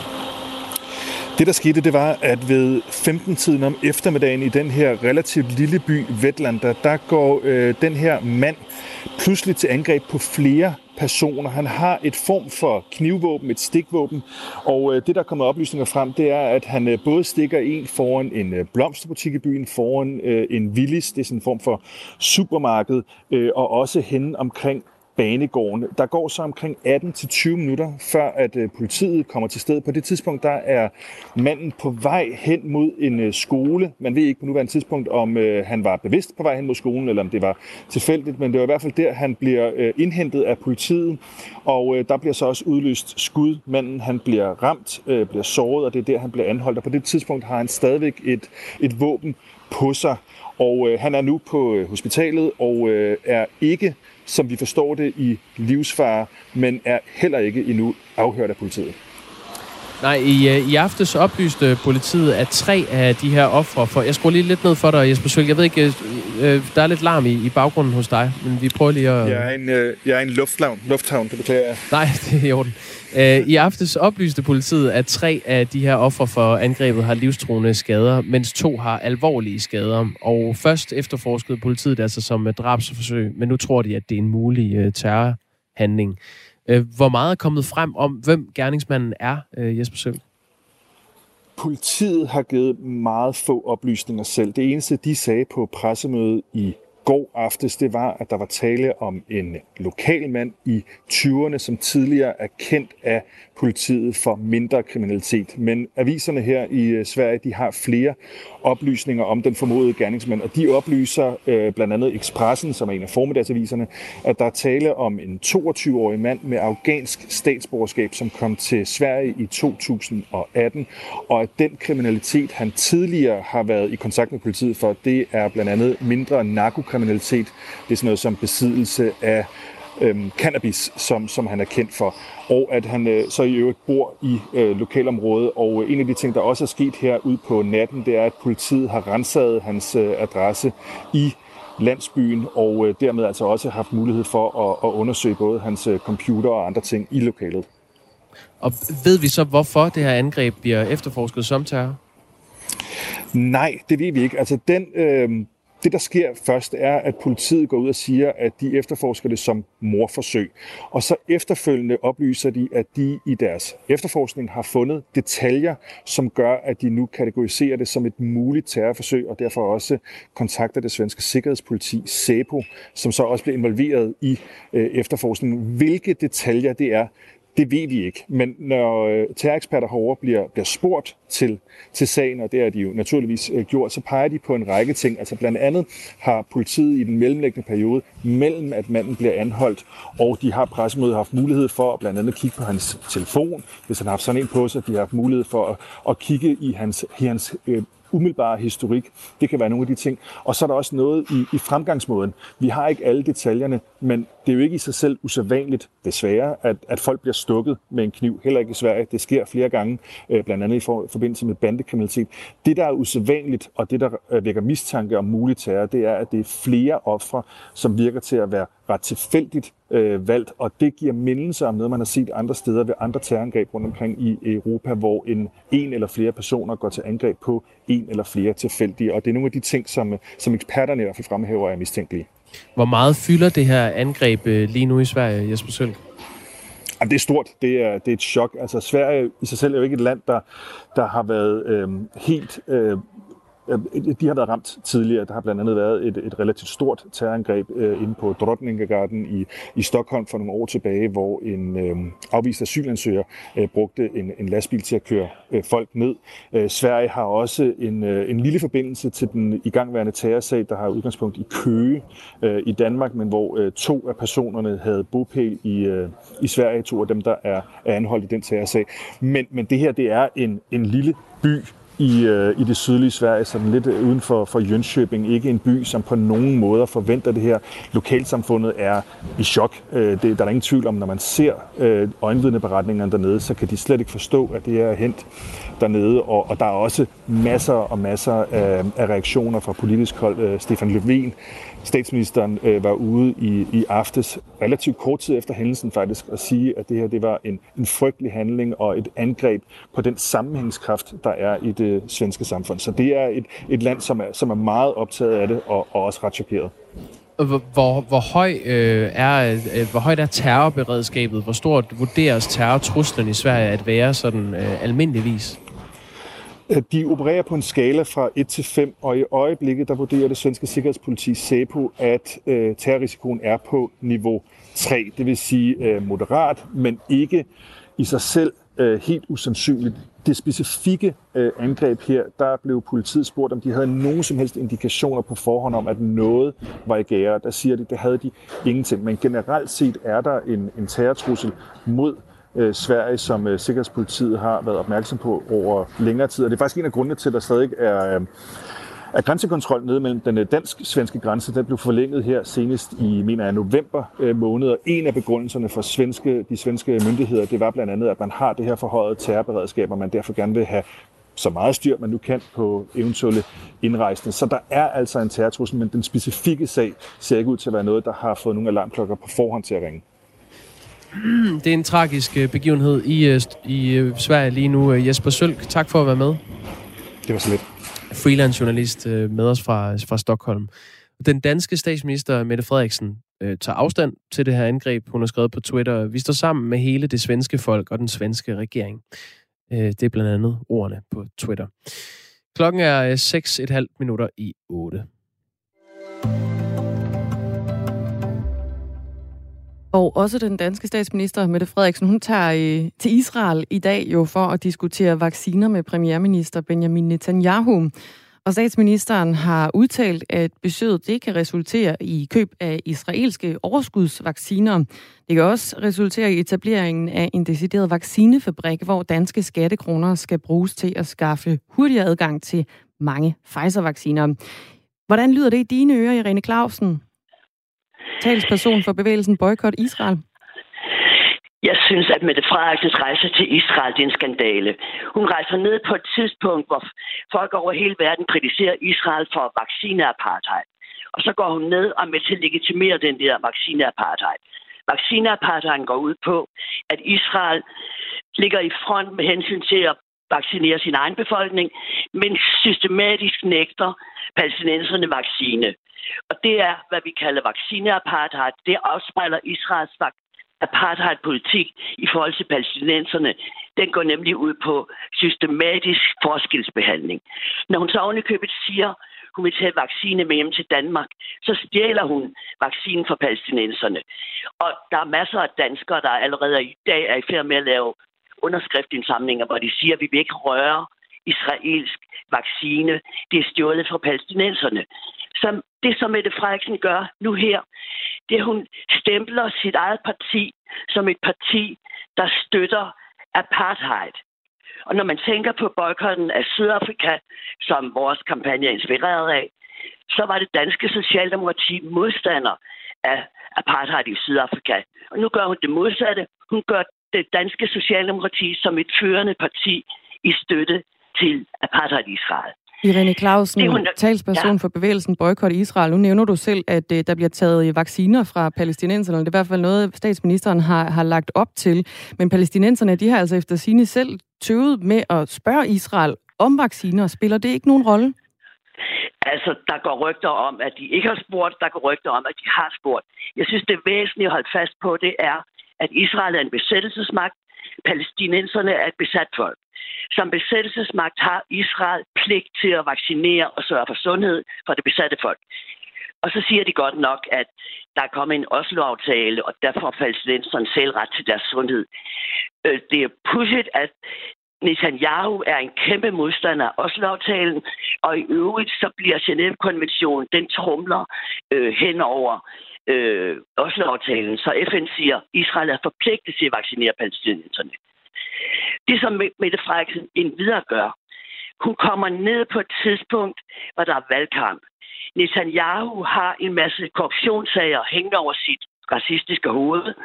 Det, der skete, det var, at ved 15-tiden om eftermiddagen i den her relativt lille by, Vetlanda, der går den her mand pludselig til angreb på flere personer. Han har et form for knivvåben, et stikvåben, og det, der er kommet oplysninger frem, det er, at han både stikker en foran en blomsterbutik i byen, foran en Willys, det er sådan en form for supermarked, og også henne omkring banegården. Der går så omkring 18-20 minutter, før at politiet kommer til stedet. På det tidspunkt, der er manden på vej hen mod en skole. Man ved ikke på nuværende tidspunkt, om han var bevidst på vej hen mod skolen, eller om det var tilfældigt, men det var i hvert fald der, han bliver indhentet af politiet, og der bliver så også udløst skud. Manden, han bliver ramt, bliver såret, og det er der, han bliver anholdt, og på det tidspunkt har han stadigvæk et våben på sig, og han er nu på hospitalet, og er ikke, som vi forstår det, i livsfare, men er heller ikke endnu afhørt af politiet. Nej, i aftes oplyste politiet, at 3 af de her ofre for... Jeg skruer lige lidt ned for dig, Jesper Sølk. Jeg ved ikke, der er lidt larm i baggrunden hos dig, men vi prøver lige at... Jeg er en lufthavn, det beklager jeg. Nej, det er i orden. I aftes oplyste politiet, at 3 af de her ofre for angrebet har livstruende skader, mens 2 har alvorlige skader. Og først efterforskede politiet det altså som drabsforsøg, men nu tror de, at det er en mulig terrorhandling. Hvor meget er kommet frem om, hvem gerningsmanden er, Jesper Sølk? Politiet har givet meget få oplysninger selv. Det eneste, de sagde på pressemødet i går aftes, det var, at der var tale om en lokal mand i 20'erne, som tidligere er kendt af politiet for mindre kriminalitet. Men aviserne her i Sverige, de har flere oplysninger om den formodede gerningsmand, og de oplyser blandt andet Expressen, som er en af formiddagsaviserne, at der er tale om en 22-årig mand med afghansk statsborgerskab, som kom til Sverige i 2018, og at den kriminalitet, han tidligere har været i kontakt med politiet for, det er blandt andet mindre narkokriminalitet. Det er sådan noget som besiddelse af cannabis, som han er kendt for, og at han så i øvrigt bor i lokalområdet. Og en af de ting, der også er sket her ud på natten, det er, at politiet har renset hans adresse i landsbyen, og dermed altså også haft mulighed for at undersøge både hans computer og andre ting i lokalet. Og ved vi så, hvorfor det her angreb bliver efterforsket som terror? Nej, det ved vi ikke. Altså det, der sker først, er, at politiet går ud og siger, at de efterforsker det som mordforsøg. Og så efterfølgende oplyser de, at de i deres efterforskning har fundet detaljer, som gør, at de nu kategoriserer det som et muligt terrorforsøg, og derfor også kontakter det svenske sikkerhedspoliti, SÄPO, som så også bliver involveret i efterforskningen. Hvilke detaljer det er, det ved vi ikke, men når terroreksperter herovre bliver spurgt til sagen, og det er de jo naturligvis gjort, så peger de på en række ting. Altså blandt andet har politiet i den mellemliggende periode, mellem at manden bliver anholdt, og de har pressemødet haft mulighed for at blandt andet kigge på hans telefon, hvis han har haft sådan en på sig, de har haft mulighed for at kigge i hans umiddelbare historik. Det kan være nogle af de ting. Og så er der også noget i fremgangsmåden. Vi har ikke alle detaljerne, men det er jo ikke i sig selv usædvanligt, desværre, at folk bliver stukket med en kniv. Heller ikke i Sverige. Det sker flere gange, blandt andet i forbindelse med bandekriminalitet. Det, der er usædvanligt, og det, der vækker mistanke om mulig terror, det er, at det er flere ofre, som virker til at være ret tilfældigt valgt, og det giver mindelser om noget, man har set andre steder ved andre terrorangreb rundt omkring i Europa, hvor en eller flere personer går til angreb på en eller flere tilfældige, og det er nogle af de ting, som eksperterne i hvert fald fremhæver er mistænkelige. Hvor meget fylder det her angreb lige nu i Sverige, Jesper Sølk? Jamen, det er stort. Det er et chok. Altså, Sverige i sig selv er jo ikke et land, der har været helt... De har været ramt tidligere. Der har blandt andet været et relativt stort terrorangreb inde på Drottninggatan i Stockholm for nogle år tilbage, hvor en afvist asylansøger brugte en lastbil til at køre folk ned. Sverige har også en lille forbindelse til den igangværende terrorsag, der har udgangspunkt i Køge i Danmark, men hvor 2 af personerne havde bopæl i Sverige, 2 af dem, der er anholdt i den terrorsag. Men det her, det er en lille by i det sydlige Sverige, sådan lidt uden for Jönköping. Ikke en by, som på nogen måder forventer det her. Lokalsamfundet er i chok. Der er der ingen tvivl om, når man ser øjenvidneberetningerne dernede, så kan de slet ikke forstå, at det er hent dernede. Og der er også masser og masser af reaktioner fra politisk hold. Stefan Löfven, statsministeren, var ude i aftes, relativt kort tid efter hændelsen faktisk, at sige, at det her det var en frygtelig handling og et angreb på den sammenhængskraft, der er i det svenske samfund. Så det er et land, som er meget optaget af det og også ret chokeret. Hvor højt er terrorberedskabet? Hvor stort vurderes terrortruslen i Sverige at være sådan almindeligvis? De opererer på en skala fra 1 til 5, og i øjeblikket der vurderer det svenske sikkerhedspoliti SÄPO, at terrorrisikoen er på niveau 3. Det vil sige moderat, men ikke i sig selv helt usandsynligt. Det specifikke angreb her, der blev politiet spurgt, om de havde nogen som helst indikationer på forhånd om, at noget var i gære. Der siger de, det havde de ingenting. Men generelt set er der en terrortrussel mod Sverige, som sikkerhedspolitiet har været opmærksom på over længere tid. Og det er faktisk en af grundene til, at der stadig er grænsekontrol nede mellem den dansk-svenske grænse. Den blev forlænget her senest i, mener jeg, november måned. Og en af begrundelserne for de svenske myndigheder, det var blandt andet, at man har det her forhøjet terrorberedskab, og man derfor gerne vil have så meget styr, man nu kan på eventuelle indrejsende. Så der er altså en terrortrussel, men den specifikke sag ser ikke ud til at være noget, der har fået nogle alarmklokker på forhånd til at ringe. Det er en tragisk begivenhed i Sverige lige nu. Jesper Sølk, tak for at være med. Det var så lidt. Freelance journalist med os fra Stockholm. Den danske statsminister Mette Frederiksen tager afstand til det her angreb. Hun har skrevet på Twitter: "Vi står sammen med hele det svenske folk og den svenske regering." Det er blandt andet ordene på Twitter. Klokken er 6:30 8. Og også den danske statsminister Mette Frederiksen, hun tager til Israel i dag jo for at diskutere vacciner med premierminister Benjamin Netanyahu. Og statsministeren har udtalt, at besøget det kan resultere i køb af israelske overskudsvacciner. Det kan også resultere i etableringen af en decideret vaccinefabrik, hvor danske skattekroner skal bruges til at skaffe hurtigere adgang til mange Pfizer-vacciner. Hvordan lyder det i dine ører, Irene Clausen? Talsperson for bevægelsen Boykot Israel. Jeg synes, at Mette Frederiksens rejse til Israel, det er en skandale. Hun rejser ned på et tidspunkt, hvor folk over hele verden kritiserer Israel for vaccineapartheid. Og så går hun ned og er med til at legitimere den der vaccineapartheid. Vaccineapartheiden går ud på, at Israel ligger i front med hensyn til at vaccinere sin egen befolkning, men systematisk nægter palæstinenserne vaccine. Og det er, hvad vi kalder vaccineapartheid. Det afspejler Israels apartheidpolitik i forhold til palæstinenserne. Den går nemlig ud på systematisk forskelsbehandling. Når hun så ovenikøbet siger, hun vil tage vaccine med hjem til Danmark, så stjæler hun vaccinen for palæstinenserne. Og der er masser af danskere, der allerede i dag er i færd med at lave underskriftsindsamlinger, hvor de siger, at vi vil ikke røre israelsk vaccine. Det er stjålet fra palæstinenserne. Så det, som Mette Frederiksen gør nu her, det er, hun stempler sit eget parti som et parti, der støtter apartheid. Og når man tænker på boykotten af Sydafrika, som vores kampagne er inspireret af, så var det danske Socialdemokrati modstander af apartheid i Sydafrika. Og nu gør hun det modsatte. Hun gør det danske Socialdemokrati som et førende parti i støtte til apartheid i Israel. Irene Clausen, talsperson for bevægelsen Boykot Israel. Nu nævner du selv, at der bliver taget vacciner fra palæstinenserne. Det er i hvert fald noget, statsministeren har lagt op til. Men palæstinenserne, de har altså efter sigende selv tøvet med at spørge Israel om vacciner. Spiller det ikke nogen rolle? Altså, der går rygter om, at de ikke har spurgt. Der går rygter om, at de har spurgt. Jeg synes, det væsentlige at holde fast på, det er, at Israel er en besættelsesmagt. Palæstinenserne er et besat folk. Som besættelsesmagt har Israel pligt til at vaccinere og sørge for sundhed for det besatte folk. Og så siger de godt nok, at der er kommet en Oslo-aftale, og derfor får palæstinenserne selv ret til deres sundhed. Det er pudsigt, at Netanyahu er en kæmpe modstander af Oslo-aftalen, og i øvrigt så bliver Genève-konventionen, den tromler hen over Oslo-aftalen, så FN siger, at Israel er forpligtet til at vaccinere palæstinenserne. Det, som Mette Frederiksen endvidere gør, hun kommer ned på et tidspunkt, hvor der er valgkamp. Netanyahu har en masse korruptionssager hængende over sit racistiske hoved,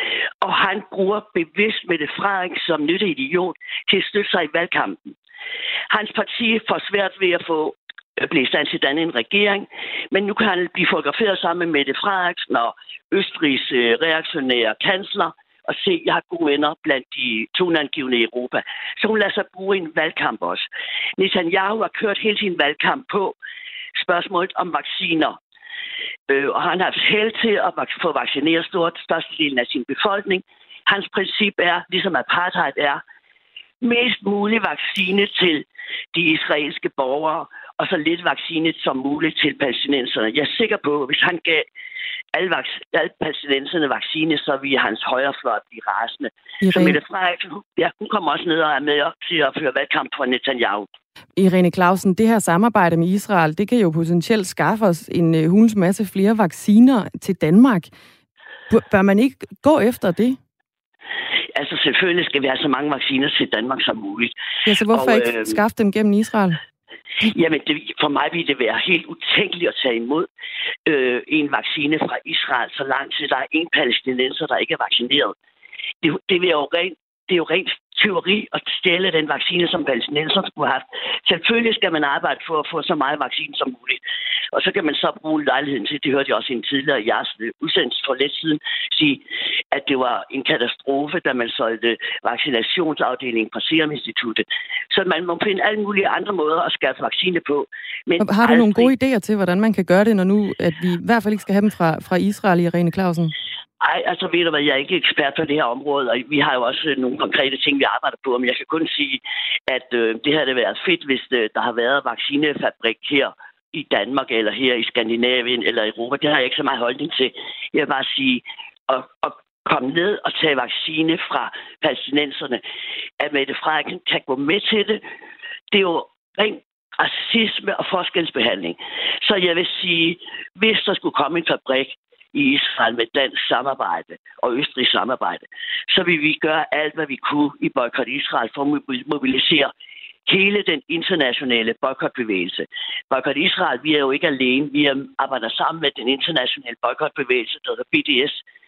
og han bruger bevidst Mette Frederiksen som nytteidiot til at støtte sig i valgkampen. Hans parti får svært ved at blive i stand til at danne en regering, men nu kan han blive fotograferet sammen med Mette Frederiksen og Østrigs reaktionære kansler, og se, jeg har gode venner blandt de toneangivende i Europa. Så hun lader sig bruge en valgkamp også. Netanyahu har kørt hele sin valgkamp på spørgsmålet om vacciner. Og han har haft held til at få vaccineret størstedelen af sin befolkning. Hans princip er, ligesom apartheid er, mest mulig vaccine til de israelske borgere, og så lidt vaccine som muligt til palæstinenserne. Jeg er sikker på, at hvis han gav alle palæstinenserne vaccine, så ville hans højrefløj blive rasende. Så Mette Frederiksen, hun kommer også ned og er med til at føre valgkamp for Netanyahu. Irene Clausen, det her samarbejde med Israel, det kan jo potentielt skaffe os en hulens masse flere vacciner til Danmark. Bør man ikke gå efter det? Altså selvfølgelig skal vi have så mange vacciner til Danmark som muligt. Ja, så hvorfor ikke skaffe dem gennem Israel? Jamen, for mig vil det være helt utænkeligt at tage imod en vaccine fra Israel, så lang tid der er en palæstinenser, der ikke er vaccineret. Det er jo rent teori at stjæle den vaccine, som palæstinenserne skulle have haft. Selvfølgelig skal man arbejde for at få så meget vaccine som muligt. Og så kan man så bruge lejligheden til, det hørte jeg også i en tidligere i jeres udsendelse for lidt siden, sige, at det var en katastrofe, da man solgte vaccinationsafdelingen fra Serum Instituttet. Så man må finde alle mulige andre måder at skaffe vaccine på. Men har du nogle gode idéer til, hvordan man kan gøre det, når nu at vi i hvert fald ikke skal have dem fra Israel, Irene Clausen? Ej, altså ved du hvad, jeg er ikke ekspert på det her område, og vi har jo også nogle konkrete ting, vi arbejder på, men jeg kan kun sige, at det havde været fedt, hvis der har været vaccinefabrik her i Danmark, eller her i Skandinavien, eller Europa. Det har jeg ikke så meget holdning til. Jeg vil bare sige, at komme ned og tage vaccine fra palæstinenserne, at Mette Frederiksen kan gå med til det. Det er jo rent racisme og forskelsbehandling. Så jeg vil sige, hvis der skulle komme en fabrik i Israel med dansk samarbejde og østrigsk samarbejde, så vil vi gøre alt, hvad vi kunne i Boykot Israel for at mobilisere hele den internationale boykotbevægelse. Boykot Israel, vi er jo ikke alene. Vi arbejder sammen med den internationale boykotbevægelse, der hedder BDS.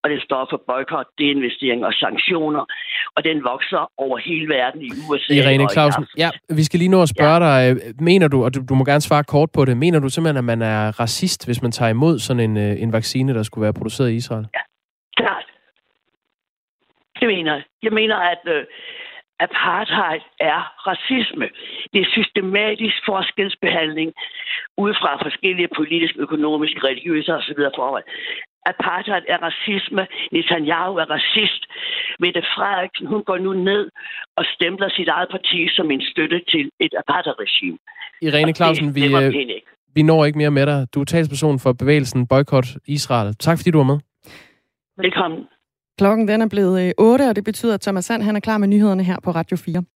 og den står for boykot, deinvestering og sanktioner, og den vokser over hele verden i USA. Irene Clausen, ja, vi skal lige nå at spørge dig, mener du, og du må gerne svare kort på det, mener du simpelthen, at man er racist, hvis man tager imod sådan en vaccine, der skulle være produceret i Israel? Ja, klart. Det mener jeg. Jeg mener, at apartheid er racisme. Det er systematisk forskelsbehandling ud fra forskellige politiske, økonomiske, religiøse osv. forhold. Apartheid er racisme. Netanyahu er racist. Mette Frederiksen, hun går nu ned og stempler sit eget parti som en støtte til et apartheidregime. Irene Clausen, vi når ikke mere med dig. Du er talsperson for bevægelsen Boykot Israel. Tak fordi du var med. Velkommen. Klokken den er blevet 8, og det betyder, at Thomas Sand han er klar med nyhederne her på Radio 4.